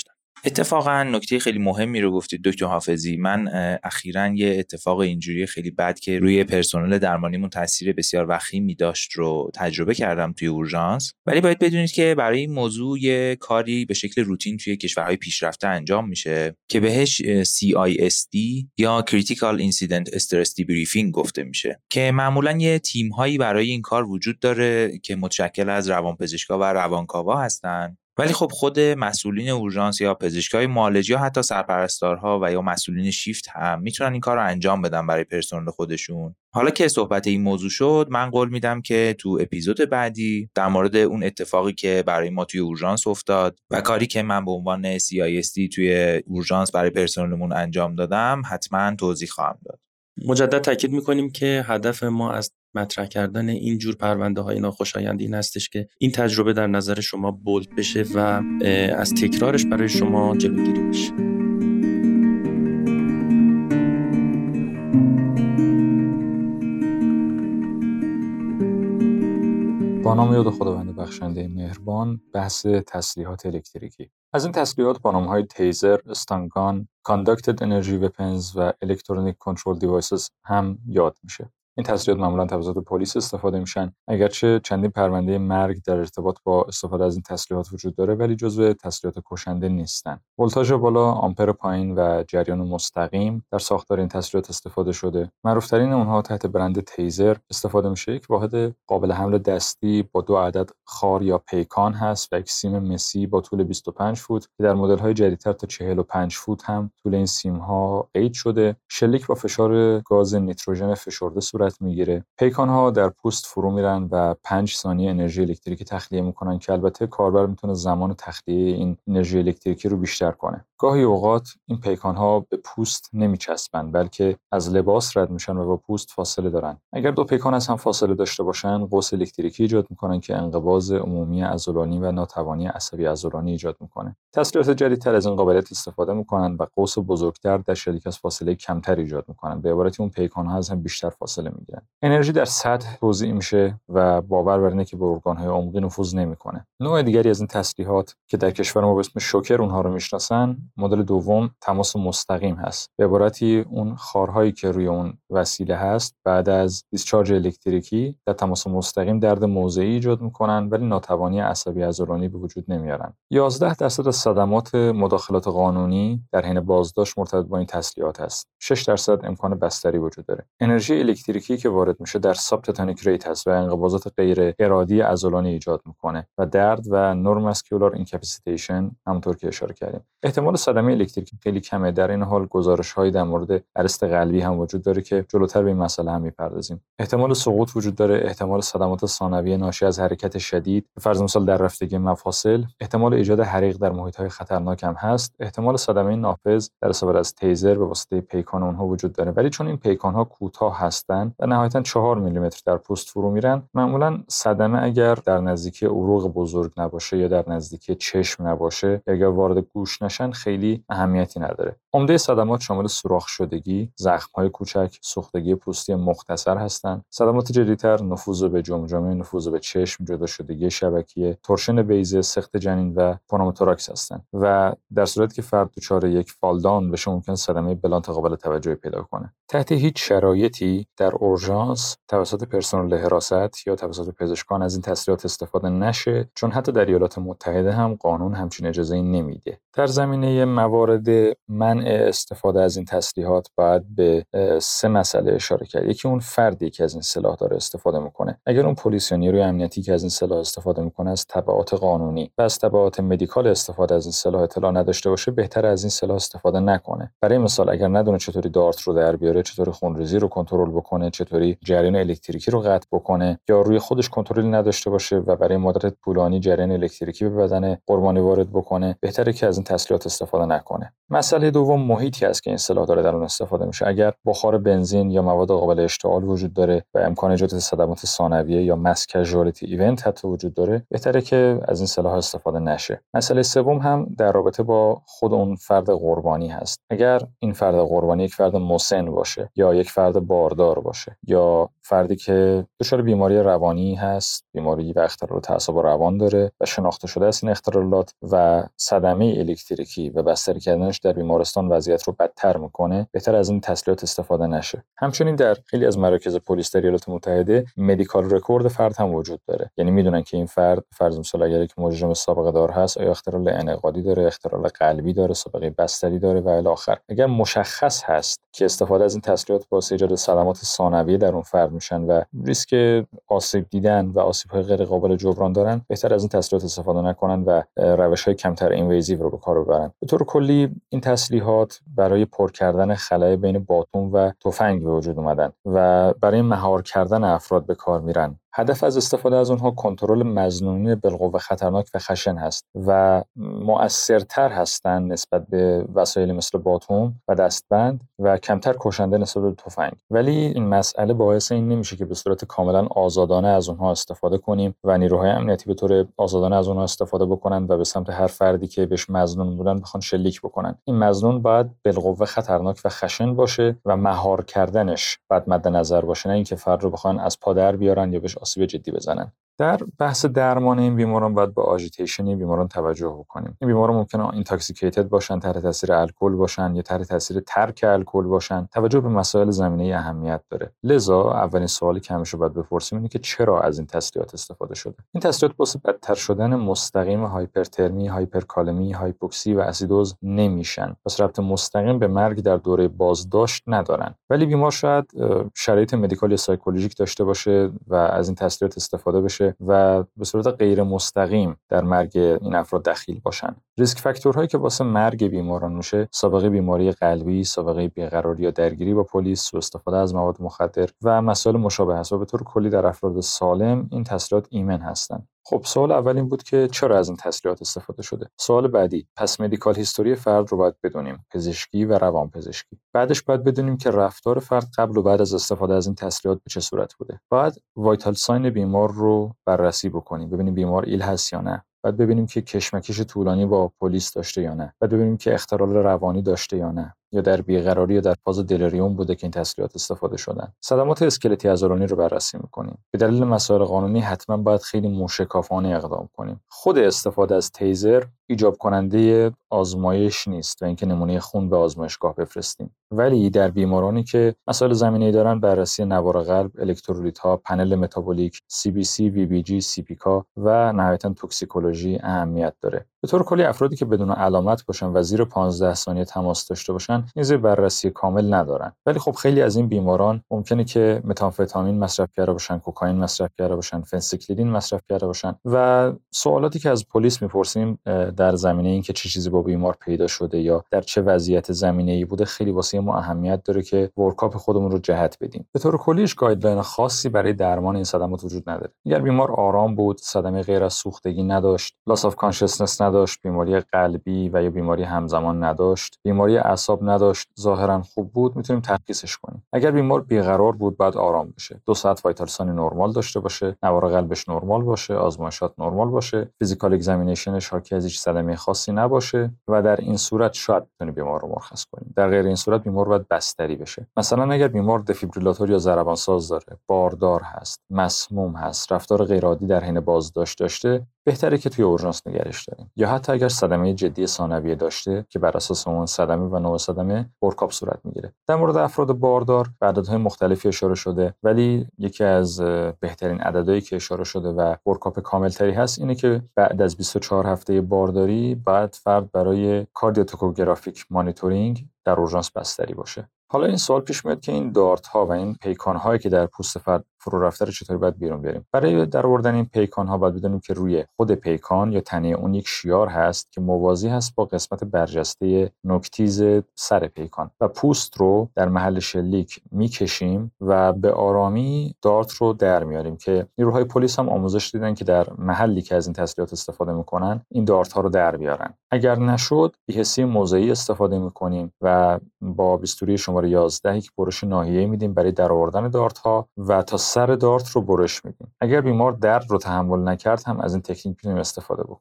اتفاقا نکته خیلی مهمی رو گفتید دکتر حافظی. من اخیراً یه اتفاق اینجوری خیلی بد که روی پرسنل درمانیمون تاثیر بسیار وخیمی داشت رو تجربه کردم توی اورژانس. ولی باید بدونید که برای این موضوع یه کاری به شکل روتین توی کشورهای پیشرفته انجام میشه که بهش سی آی اس دی یا Critical Incident Stress Debriefing گفته میشه که معمولاً یه تیم‌هایی برای این کار وجود داره که متشکل از روانپزشکا و روانکاوا هستن. ولی خب خود مسئولین اورژانس یا پزشکای معالجه یا حتی سرپرستارها و یا مسئولین شیفت هم میتونن این کار رو انجام بدن برای پرسنل خودشون. حالا که صحبت این موضوع شد، من قول میدم که تو اپیزود بعدی در مورد اون اتفاقی که برای ما توی اورژانس افتاد و کاری که من به عنوان سی آی اس دی توی اورژانس برای پرسنلمون انجام دادم حتما توضیح خواهم داد. مجدد تاکید میکنیم که هدف ما از مطرح کردن این جور پرونده های ناخوشایند این هستش که این تجربه در نظر شما بولد بشه و از تکرارش برای شما جلوگیری بشه. با نام یاد خداوند بخشنده مهربان. بحث تسلیحات الکتریکی. از این تسلیحات با نام‌های تیزر، استانگان، Conducted Energy Weapons و Electronic Control Devices هم یاد میشه. این تسلیحات معمولاً توسط پلیس استفاده میشن. اگرچه چندین پرونده مرگ در ارتباط با استفاده از این تسلیحات وجود داره، ولی جزو تسلیحات کشنده نیستن. ولتاژ بالا، آمپر پایین و جریان مستقیم در ساختار این تسلیحات استفاده شده. معروف‌ترین اونها تحت برند تیزر استفاده میشه. یک واحد قابل حمل دستی با دو عدد خار یا پیکان هست و یک سیم مسی با طول بیست و پنج فوت که در مدل‌های جدیدتر تا چهل و پنج فوت هم طول این سیم‌ها قید شده. شلیک با فشار گاز نیتروژن فشرده صورت میگیره. پیکان ها در پوست فرو میرن و پنج ثانیه انرژی الکتریکی تخلیه میکنن که البته کاربر میتونه زمان تخلیه این انرژی الکتریکی رو بیشتر کنه. گاهی اوقات این پیکان ها به پوست نمیچسبن بلکه از لباس رد میشن و با پوست فاصله دارن. اگر دو پیکان از هم فاصله داشته باشن، قوس الکتریکی ایجاد میکنن که انقباض عمومی عضلانی و ناتوانی عصبی عضلانی ایجاد میکنه. تسلیحات جدیدتر از این قابلیت استفاده میکنن و قوس بزرگتر در شلیک از فاصله کمتر ایجاد میکنن. به عبارتی اون پیکان ها از هم بیشتر فاصله میگیرن. انرژی در سطح توزیع میشه و باور بر اینه که به ارگان‌های عمقی نفوذ نمیکنه. نوع دیگری از این تسلیحات که در کشور ما به اسم شوکر اونها رو میشناسن، مدل دوم تماس مستقیم هست. به عبارتی اون خارهایی که روی اون وسیله هست بعد از دیسچارج الکتریکی در تماس مستقیم درد موضعی ایجاد میکنن ولی ناتوانی عصبی عضلانی به وجود نمیارن. یازده درصد از صدمات مداخلات قانونی در حین بازداشت مرتبط با این تسلیحات است. شش درصد امکان بستری وجود داره. انرژی الکتریکی که وارد میشه در ساب تتانیک ریت هست و انقباضات غیر ارادی عضلانی ایجاد میکنه و درد و نورماسکولار اینکپاسیتیشن همونطور که اشاره کردیم. احتمال صدمه الکتریکی خیلی کمه. در این حال گزارش‌هایی در مورد ارست قلبی هم وجود داره که جلوتر به این مسئله هم میپردازیم. احتمال سقوط وجود داره، احتمال صدمات ثانویه ناشی از حرکت شدید، به فرض مثال در رفتگی مفاصل، احتمال ایجاد حریق در محیط‌های خطرناک هم هست، احتمال صدمه نافذ در استفاده از تیزر به واسطه پیکان اونها وجود داره. ولی چون این پیکان‌ها کوتاه هستن و نهایتاً چهار میلیمتر در پوست فرو میرن، معمولاً صدمه اگر در نزدیکی عروق بزرگ نباشه یا در نزدیکی چشم نباشه یا اگر وارد گوش نشن خیلی اهمیتی نداره. عمده صدمات شامل سوراخ شدگی، زخم‌های کوچک، سوختگی پوستی مختصر هستند. صدمات جدی‌تر نفوذ به جمجمه، نفوذ به چشم، جدا شدگی شبکیه، تورشن بیضه، سقط جنین و پنوموتوراکس هستند و در صورتی که فرد دچار یک فالدان بشه ممکن صدمه بلانت قابل توجهی پیدا کنه. تحت هیچ شرایطی در اورژانس توسط پرسنل حراست یا توسط پزشکان از این تسلیحات استفاده نشه، چون حتی در ایالات متحده هم قانون همچین اجازه‌ای نمیده. در زمینه موارد منع استفاده از این تسلیحات باید به سه مسئله اشاره کرد. یکی اون فردی که از این سلاح داره استفاده میکنه. اگر اون پلیس یا نیروی امنیتی که از این سلاح استفاده میکنه از تبعات قانونی و از تبعات مدیکال استفاده از این سلاح اطلاع نداشته باشه، بهتره از این سلاح استفاده نکنه. برای مثال اگر ندونه چطوری دارت رو در بیاره، چطوری خونریزی رو کنترل بکنه، چطوری جریان الکتریکی رو قطع بکنه یا روی خودش کنترلی نداشته باشه و برای مدت طولانی جریان الکتریکی به بدن قربانی وارد بکنه، بهتره که از این تسلیحات استفاده نکنه. مسئله دوم محیطی است که این سلاح داره در اون استفاده میشه. اگر بخار بنزین یا مواد قابل اشتعال وجود داره و امکان ایجاد صدمات ثانویه یا مس کژوالتی ایونت حتی وجود داره، بهتره که از این سلاح استفاده نشه. مسئله سوم هم در رابطه با خود اون فرد قربانی هست. اگر این فرد قربانی یک فرد مسن باشه باشه یا یک فرد باردار باشه یا فردی که دچار بیماری روانی هست، بیماری و اختلال تعصب و روان داره و شناخته شده است این اختلالات و صدمه الکتریکی و بستری کردنش در بیمارستان وضعیت رو بدتر میکنه، بهتر از این تسلیحات استفاده نشه. همچنین در خیلی از مراکز پلیس در ایالات متحده مدیکال رکورد فرد هم وجود داره، یعنی میدونن که این فرد فرض مثال اگر یک مجرم سابقه دار هست آیا اختلال انعقادی داره، اختلال قلبی داره، سابقه بستری داره و الی آخر. اگر مشخص هست که استفاده از این تسلیحات باعث ایجاد صدمات ثانویه در اون فرد میشن و ریسک آسیب دیدن و آسیب‌های غیر قابل جبران دارن، بهتر از این تسلیحات استفاده نکنن و روش‌های کمتر اینویزیو رو به کار ببرن. به طور کلی این تسلیحات برای پر کردن خلأ بین باتوم و تفنگ به وجود اومدن و برای مهار کردن افراد به کار میرن. هدف از استفاده از اونها کنترل مظنونین بالقوه خطرناک و خشن هست و مؤثرتر هستند نسبت به وسایل مثل باتوم و دستبند و کمتر کشنده نسبت به تفنگ. ولی این مسئله باعث این نمیشه که به صورت کاملا آزادانه از اونها استفاده کنیم و نیروهای امنیتی به طور آزادانه از اونها استفاده بکنن و به سمت هر فردی که بهش مظنون بودن بخوان شلیک بکنن. این مظنون باید بالقوه خطرناک و خشن باشه و مهار کردنش باید مد نظر باشه، نه اینکه فرد رو بخوان از پا در بیارن یا بهش آسیب جدی بزنن. در بحث درمان این بیماران باید با آژیتیشن این بیماران توجه بکنیم. این بیماران ممکنه اینتاکسیکیتد باشن، تحت تاثیر الکل باشن یا تحت تاثیر ترک الکل باشن. توجه به مسائل زمینه اهمیت داره. لذا اولین سوالی که همیشه باید بپرسیم اینه که چرا از این تسلیحات استفاده شده. این تسلیحات باعث بدتر شدن مستقیم هایپرترمی، هایپرکالمی، هایپوکسی و اسیدوز نمیشن. پس ربط مستقیم به مرگ در دوره بازداشت ندارن. ولی بیمار شاید شرایط مدیکال یا سایکولوژیک داشته باشه و از این تسلیحات استفاده بشه و به صورت غیر مستقیم در مرگ این افراد دخیل باشن. ریسک فاکتورهایی که واسه مرگ بیماران میشه سابقه بیماری قلبی، سابقه بیقراری یا درگیری با پلیس، سوء استفاده از مواد مخدر و مسائل مشابه است و به طور کلی در افراد سالم این تسلیحات ایمن هستند. خب سوال اول این بود که چرا از این تسلیحات استفاده شده. سوال بعدی، پس مدیکال هیستوری فرد رو باید بدونیم، پزشکی و روانپزشکی. بعدش باید بدونیم که رفتار فرد قبل و بعد از استفاده از این تسلیحات به چه صورت بوده. بعد وایتال ساین بیمار رو بررسی بکنیم، ببینیم بیمار ایل هست یا نه. بعد ببینیم که کشمکش طولانی با پلیس داشته یا نه. بعد ببینیم که اختلال روانی داشته یا نه، یا در بیقراری یا در فاز دلریوم بوده که این تسلیحات استفاده شدن. صدمات اسکلتی عضلانی رو بررسی می‌کنیم. به دلیل مسائل قانونی حتما باید خیلی موشکافانه اقدام کنیم. خود استفاده از تیزر ایجاب کننده آزمایش نیست و اینکه نمونه خون به آزمایشگاه بفرستیم. ولی در بیمارانی که مسائل زمینه‌ای دارن بررسی نوار قلب، الکترولیت‌ها، پنل متابولیک، سی بی سی، وی بی جی، سی پی کا و نهایتاً توکسیکولوژی اهمیت داره. به طور کلی افرادی که بدون علامت باشن و زیر پانزده ثانیه تماس داشته باشن نیز بررسی کامل ندارن. ولی خب خیلی از این بیماران ممکنه که متامفتامین مصرف کرده باشن، کوکائین مصرف کرده باشن، فنسیکلیدین مصرف کرده باشن و سوالاتی که از پلیس میپرسیم در زمینه این که چه چیزی با بیمار پیدا شده یا در چه وضعیت زمینه‌ای بوده خیلی واسه ما اهمیت داره که ورکاپ خودمون رو جهت بدیم. به طور کلیش گایدلاین خاصی برای درمان این صدمات وجود نداره. اگر بیمار آرام بود، صدمه غیر از سوختگی نداشت، لاس آف کانشسنس نداشت، بیماری قلبی و یا بیماری همزمان نداشت، بیماری اعصاب نداشت، ظاهرا خوب بود، میتونیم ترخیصش کنیم. اگر بیمار بیقرار بود بعد آرام بشه، دو ساعت وایتال ساین نرمال داشته باشه، نوار قلبش نرمال باشه، آزمایشات نرمال باشه، فیزیکال اگزامینیشنش حاکی از هیچ صدمه خاصی نباشه و در این صورت شاید بتونیم بیمار رو مرخص کنیم. در غیر این صورت بیمار باید بستری بشه. مثلا اگر بیمار دفیبریلاتور یا ضربان ساز داره، باردار هست، مسموم هست، رفتار غیر عادی در حین بازداشت داشته، بهتره که توی اورژانس نگرش داریم. یا حتی اگر صدمه جدی ثانویه داشته که بر اساس اون صدمه و نوع صدمه ورکاپ صورت میگیره. در مورد افراد باردار به عددهای مختلفی اشاره شده، ولی یکی از بهترین عددهایی که اشاره شده و ورکاپ کاملتری هست اینه که بعد از بیست و چهار هفته بارداری بعد فرد برای کاردیوتوکوگرافیک مانیتورینگ در اورژانس بستری باشه. حالا این سوال پیش میاد که این دارت ها و این پیکان هایی که در پوست فرد فرو رفته رو چطوری باید بیرون بیاریم. برای در آوردن این پیکان ها باید بدونیم که روی خود پیکان یا تنه اون یک شیار هست که موازی هست با قسمت برجسته نوک‌تیز سر پیکان و پوست رو در محل شلیک میکشیم و به آرامی دارت رو در میاریم که نیروهای پلیس هم آموزش دیدن که در محلی که از این تسلیحات استفاده میکنن این دارت ها رو در بیارن. اگر نشد بی‌حسی موضعی استفاده میکنیم و با بیستوری شماره یازده یک برش ناحیه‌ای میدیم برای در آوردن دارت ها و تا سر دارت رو برش میدیم. اگر بیمار درد رو تحمل نکرد هم از این تکنیک میتونیم استفاده بکنیم.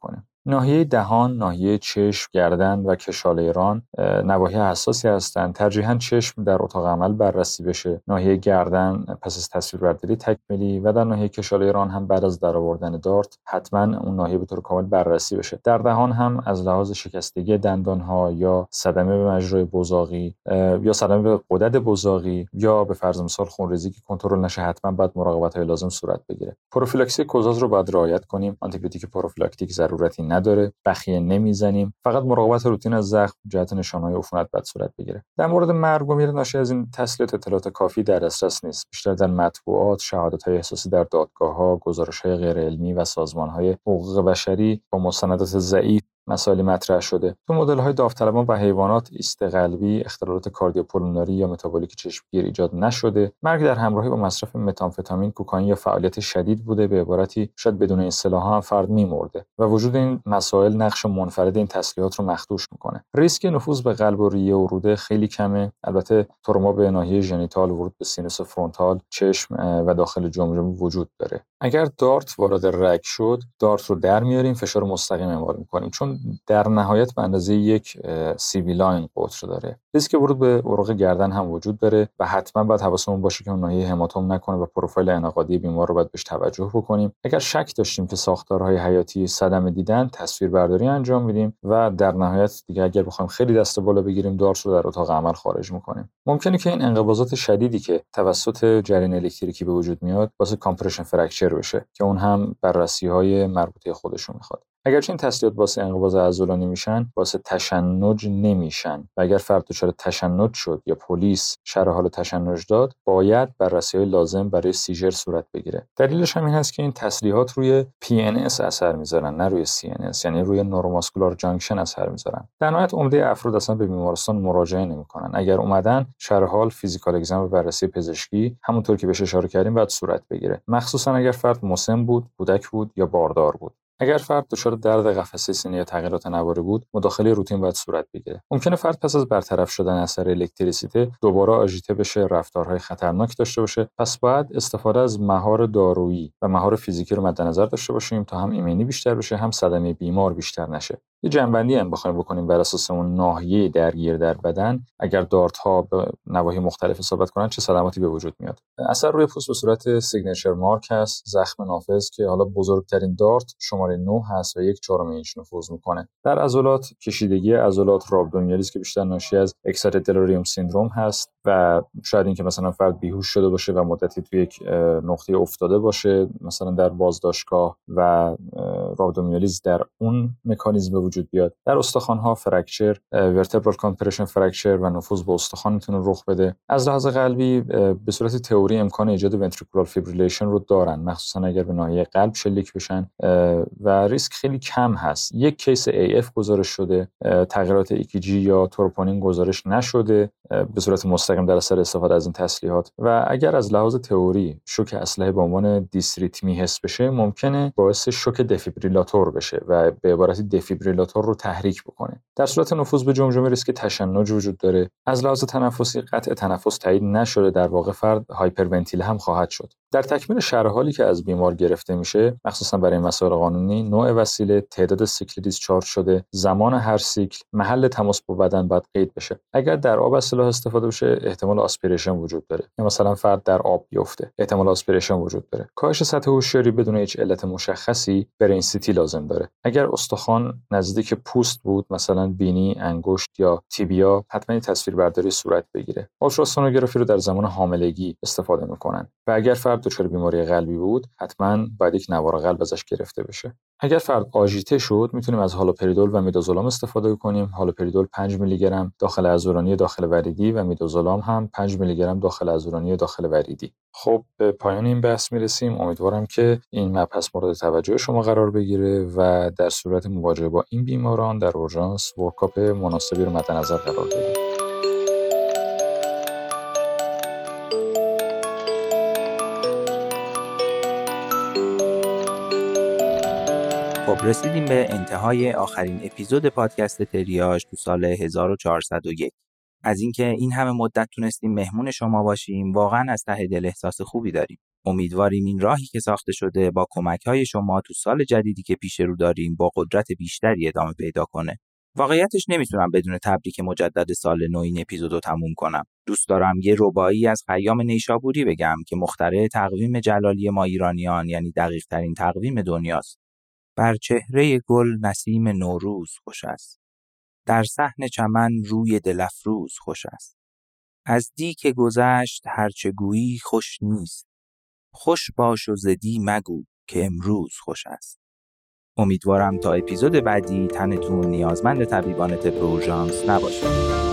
ناحیه دهان، ناحیه چشم، گردن و کشاله ران نواحی حساسی هستند. ترجیحاً چشم در اتاق عمل بررسی بشه، ناحیه گردن پس از تصویربرداری تکمیلی و در ناحیه کشاله ران هم بعد از درآوردن دارت حتما اون ناحیه به طور کامل بررسی بشه. در دهان هم از لحاظ شکستگی دندان‌ها یا صدمه به مجرای بزاقی یا صدمه به غدد بزاقی یا به فرض مثال خونریزی که کنترل نشه حتما باید مراقبت‌های لازم صورت بگیره. پروفیلاکسی کوزاز رو باید رعایت کنیم. آنتیبیوتیک پروفیلاکتیک ضرورتی نداره. بخیه نمیزنیم. فقط مراقبت روتین از زخم جهت نشانه‌های عفونت باید صورت بگیره. در مورد مرگ و میر ناشی از این تسلیت اطلاعات کافی در دسترس نیست. بیشتر در مطبوعات، شهادت‌های احساسی در دادگاه‌ها، گزارش‌های غیر علمی و سازمان‌های حقوق بشری با مستندات ضعیف مسائلی مطرح شده. تو مدل‌های داوطلبان و حیوانات ایست قلبی، اختلالات کاردیوپولمونری یا متابولیک چشمگیر ایجاد نشده. مرگ در همراهی با مصرف متامفتامین، کوکائین یا فعالیت شدید بوده. به عبارتی شاید بدون این اصطلاح‌ها هم فرد می‌مرده و وجود این مسائل نقش منفرد این تسلیحات رو مخدوش می‌کنه. ریسک نفوذ به قلب و ریه و روده خیلی کمه. البته تروما به ناحیه ژنیتال، ورود به سینوس فرونتال، چشم و داخل جمجمه وجود داره. اگر دارت وارد رگ شد، دارت رو در میاریم، فشار مستقیم اعمال می‌کنیم چون در نهایت به اندازه یک سی وی لاین قطر داره. ریسک ورود به عروق گردن هم وجود داره و حتما باید حواسمون باشه که اون ناحیه هماتوم نکنه و پروفایل انعقادی بیمار رو باید بهش توجه بکنیم. اگر شک داشتیم که ساختارهای حیاتی صدمه دیدن، تصویربرداری انجام میدیم و در نهایت دیگه اگر بخوایم خیلی دست بالا بگیریم، دارت رو در اتاق عمل خارج میکنیم. ممکنه که این انقباضات شدیدی که توسط جریان الکتریکی به وجود میاد واسه کامپرشن فرکچر بشه که اون هم بررسی‌های مربوطه خودش رو میخواد. اگرچه این تسلیحات واسه انقباض عضلانی میشن، واسه تشنج نمیشن و اگر فرد دچار تشنج شد یا پلیس شرح حال تشنج داد، باید بررسی‌های لازم برای سیژر صورت بگیره. دلیلش هم این هست که این تسلیحات روی پی ان اس اثر میذارن، نه روی سی ان اس، یعنی روی نوروماسکولار جانکشن اثر میذارن. در نهایت عمده افراد اصلا به بیمارستان مراجعه نمیکنن. اگر اومدن، شرح حال، فیزیکال اگزم و بررسی پزشکی همونطور که بهش اشاره کردیم باید صورت بگیره، مخصوصا اگر فرد مسن بود، کودک بود یا باردار بود. اگر فرد دچار درد قفسه سینه یا تغییرات نواری بود، مداخله روتین باید صورت بگیره. ممکنه فرد پس از برطرف شدن اثر الکتریسیته دوباره آژیته بشه، رفتارهای خطرناک داشته باشه. پس باید استفاده از مهار دارویی و مهار فیزیکی رو مد نظر داشته باشیم تا هم ایمنی بیشتر بشه، هم صدمه بیمار بیشتر نشه. یه جنبندی هم بخوایم بکنیم بر اساس اون ناحیه درگیر در بدن، اگر دارت‌ها به نواحی مختلف اصابت کنن چه صدماتی به وجود میاد. اثر روی پوست به صورت سیگنچر مارک هست، زخم نافذ که حالا بزرگترین دارت شماره نه هست و یک چهارم اینچ نفوذ میکنه. در عضلات کشیدگی عضلات رابدومینالیس که بیشتر ناشی از اکسایتد دلوریوم سیندروم هست و شاید این که مثلا فرد بیهوش شده باشه و مدتی توی یک نقطه افتاده باشه، مثلا در بازداشتگاه و رابدومینالیس در اون مکانیزم وجود بیاد. در استخوان‌ها فرکچر، ورتبرال کامپرشن فرکچر و نفوذ به استخوان میتونه رخ بده. از لحاظ قلبی به صورت تئوری امکان ایجاد ونتریکولار فیبریلیشن رو دارن، مخصوصا اگر به ناحیه قلب شلیک بشن و ریسک خیلی کم هست. یک کیس ای اف گزارش شده، تغییرات ای کی جی یا تروپونین گزارش نشده به صورت مستقیم در اثر استفاده از این تسلیحات و اگر از لحاظ تئوری شوک اسلحه به عنوان دیسریتمی حس بشه، ممکنه باعث شوک دفیبریلاتور بشه و به عبارتی دفیبریلاتور رو تحریک بکنه. در صورت نفوذ به جمجمه ریسک تشنج وجود داره. از لحاظ تنفسی قطع تنفس تایید نشده، در واقع فرد هایپرونتیله هم خواهد شد. در تکمیل شرح حالی که از بیمار گرفته میشه، مخصوصا برای مسائل قانونی، نوع وسیله، تعداد سیکل دیسچارج شده، زمان هر سیکل، محل تماس با بدن باید قید بشه. اگر در آب از سلاح استفاده بشه، احتمال آسپیریشن وجود داره. یا مثلا فرد در آب بیفته، احتمال آسپیریشن وجود داره. کاهش سطح هوشیاری بدون هیچ علت مشخصی برای این سیتی لازم داره. اگر استخوان نزدیک پوست بود، مثلا بینی، انگشت یا تیبیا، حتما تصویربرداری صورت بگیره. آلتراسونوگرافی رو در زمان حاملگی استفاده میکنن. و اگر فرد دچار بیماری قلبی بود، حتما باید یک نوار قلب ازش گرفته بشه. اگر فرد آژیته شد، میتونیم از هالوپریدول و میدازولام استفاده کنیم. هالوپریدول پنج میلی گرم داخل عضلانی داخل وریدی و میدازولام هم پنج میلی گرم داخل عضلانی داخل وریدی. خب به پایان این بحث میرسیم. امیدوارم که این مبحث مورد توجه شما قرار بگیره و در صورت مواجهه با این بیماران در اورژانس ورکاپ مناسبی رو مد نظر قرار بدید. خب رسیدیم به انتهای آخرین اپیزود پادکست تریاج تو سال هزار و چهارصد و یک. از اینکه این همه مدت تونستیم مهمون شما باشیم واقعا از ته دل احساس خوبی داریم. امیدواریم این راهی که ساخته شده با کمک‌های شما تو سال جدیدی که پیش رو داریم با قدرت بیشتری ادامه پیدا کنه. واقعیتش نمیتونم بدون تبریک مجدد سال نو این اپیزودو تموم کنم. دوست دارم یه رباعی از خیام نیشابوری بگم که مخترع تقویم جلالی ما ایرانیان، یعنی دقیق ترین تقویم دنیاست. بر چهره گل نسیم نوروز خوش است. در صحن چمن روی دلفروز خوش است. از دی که گذشت هرچه گویی خوش نیست. خوش باش و زدی مگو که امروز خوش است. امیدوارم تا اپیزود بعدی تنتون نیازمند طبیبان طب اورژانس نباشه.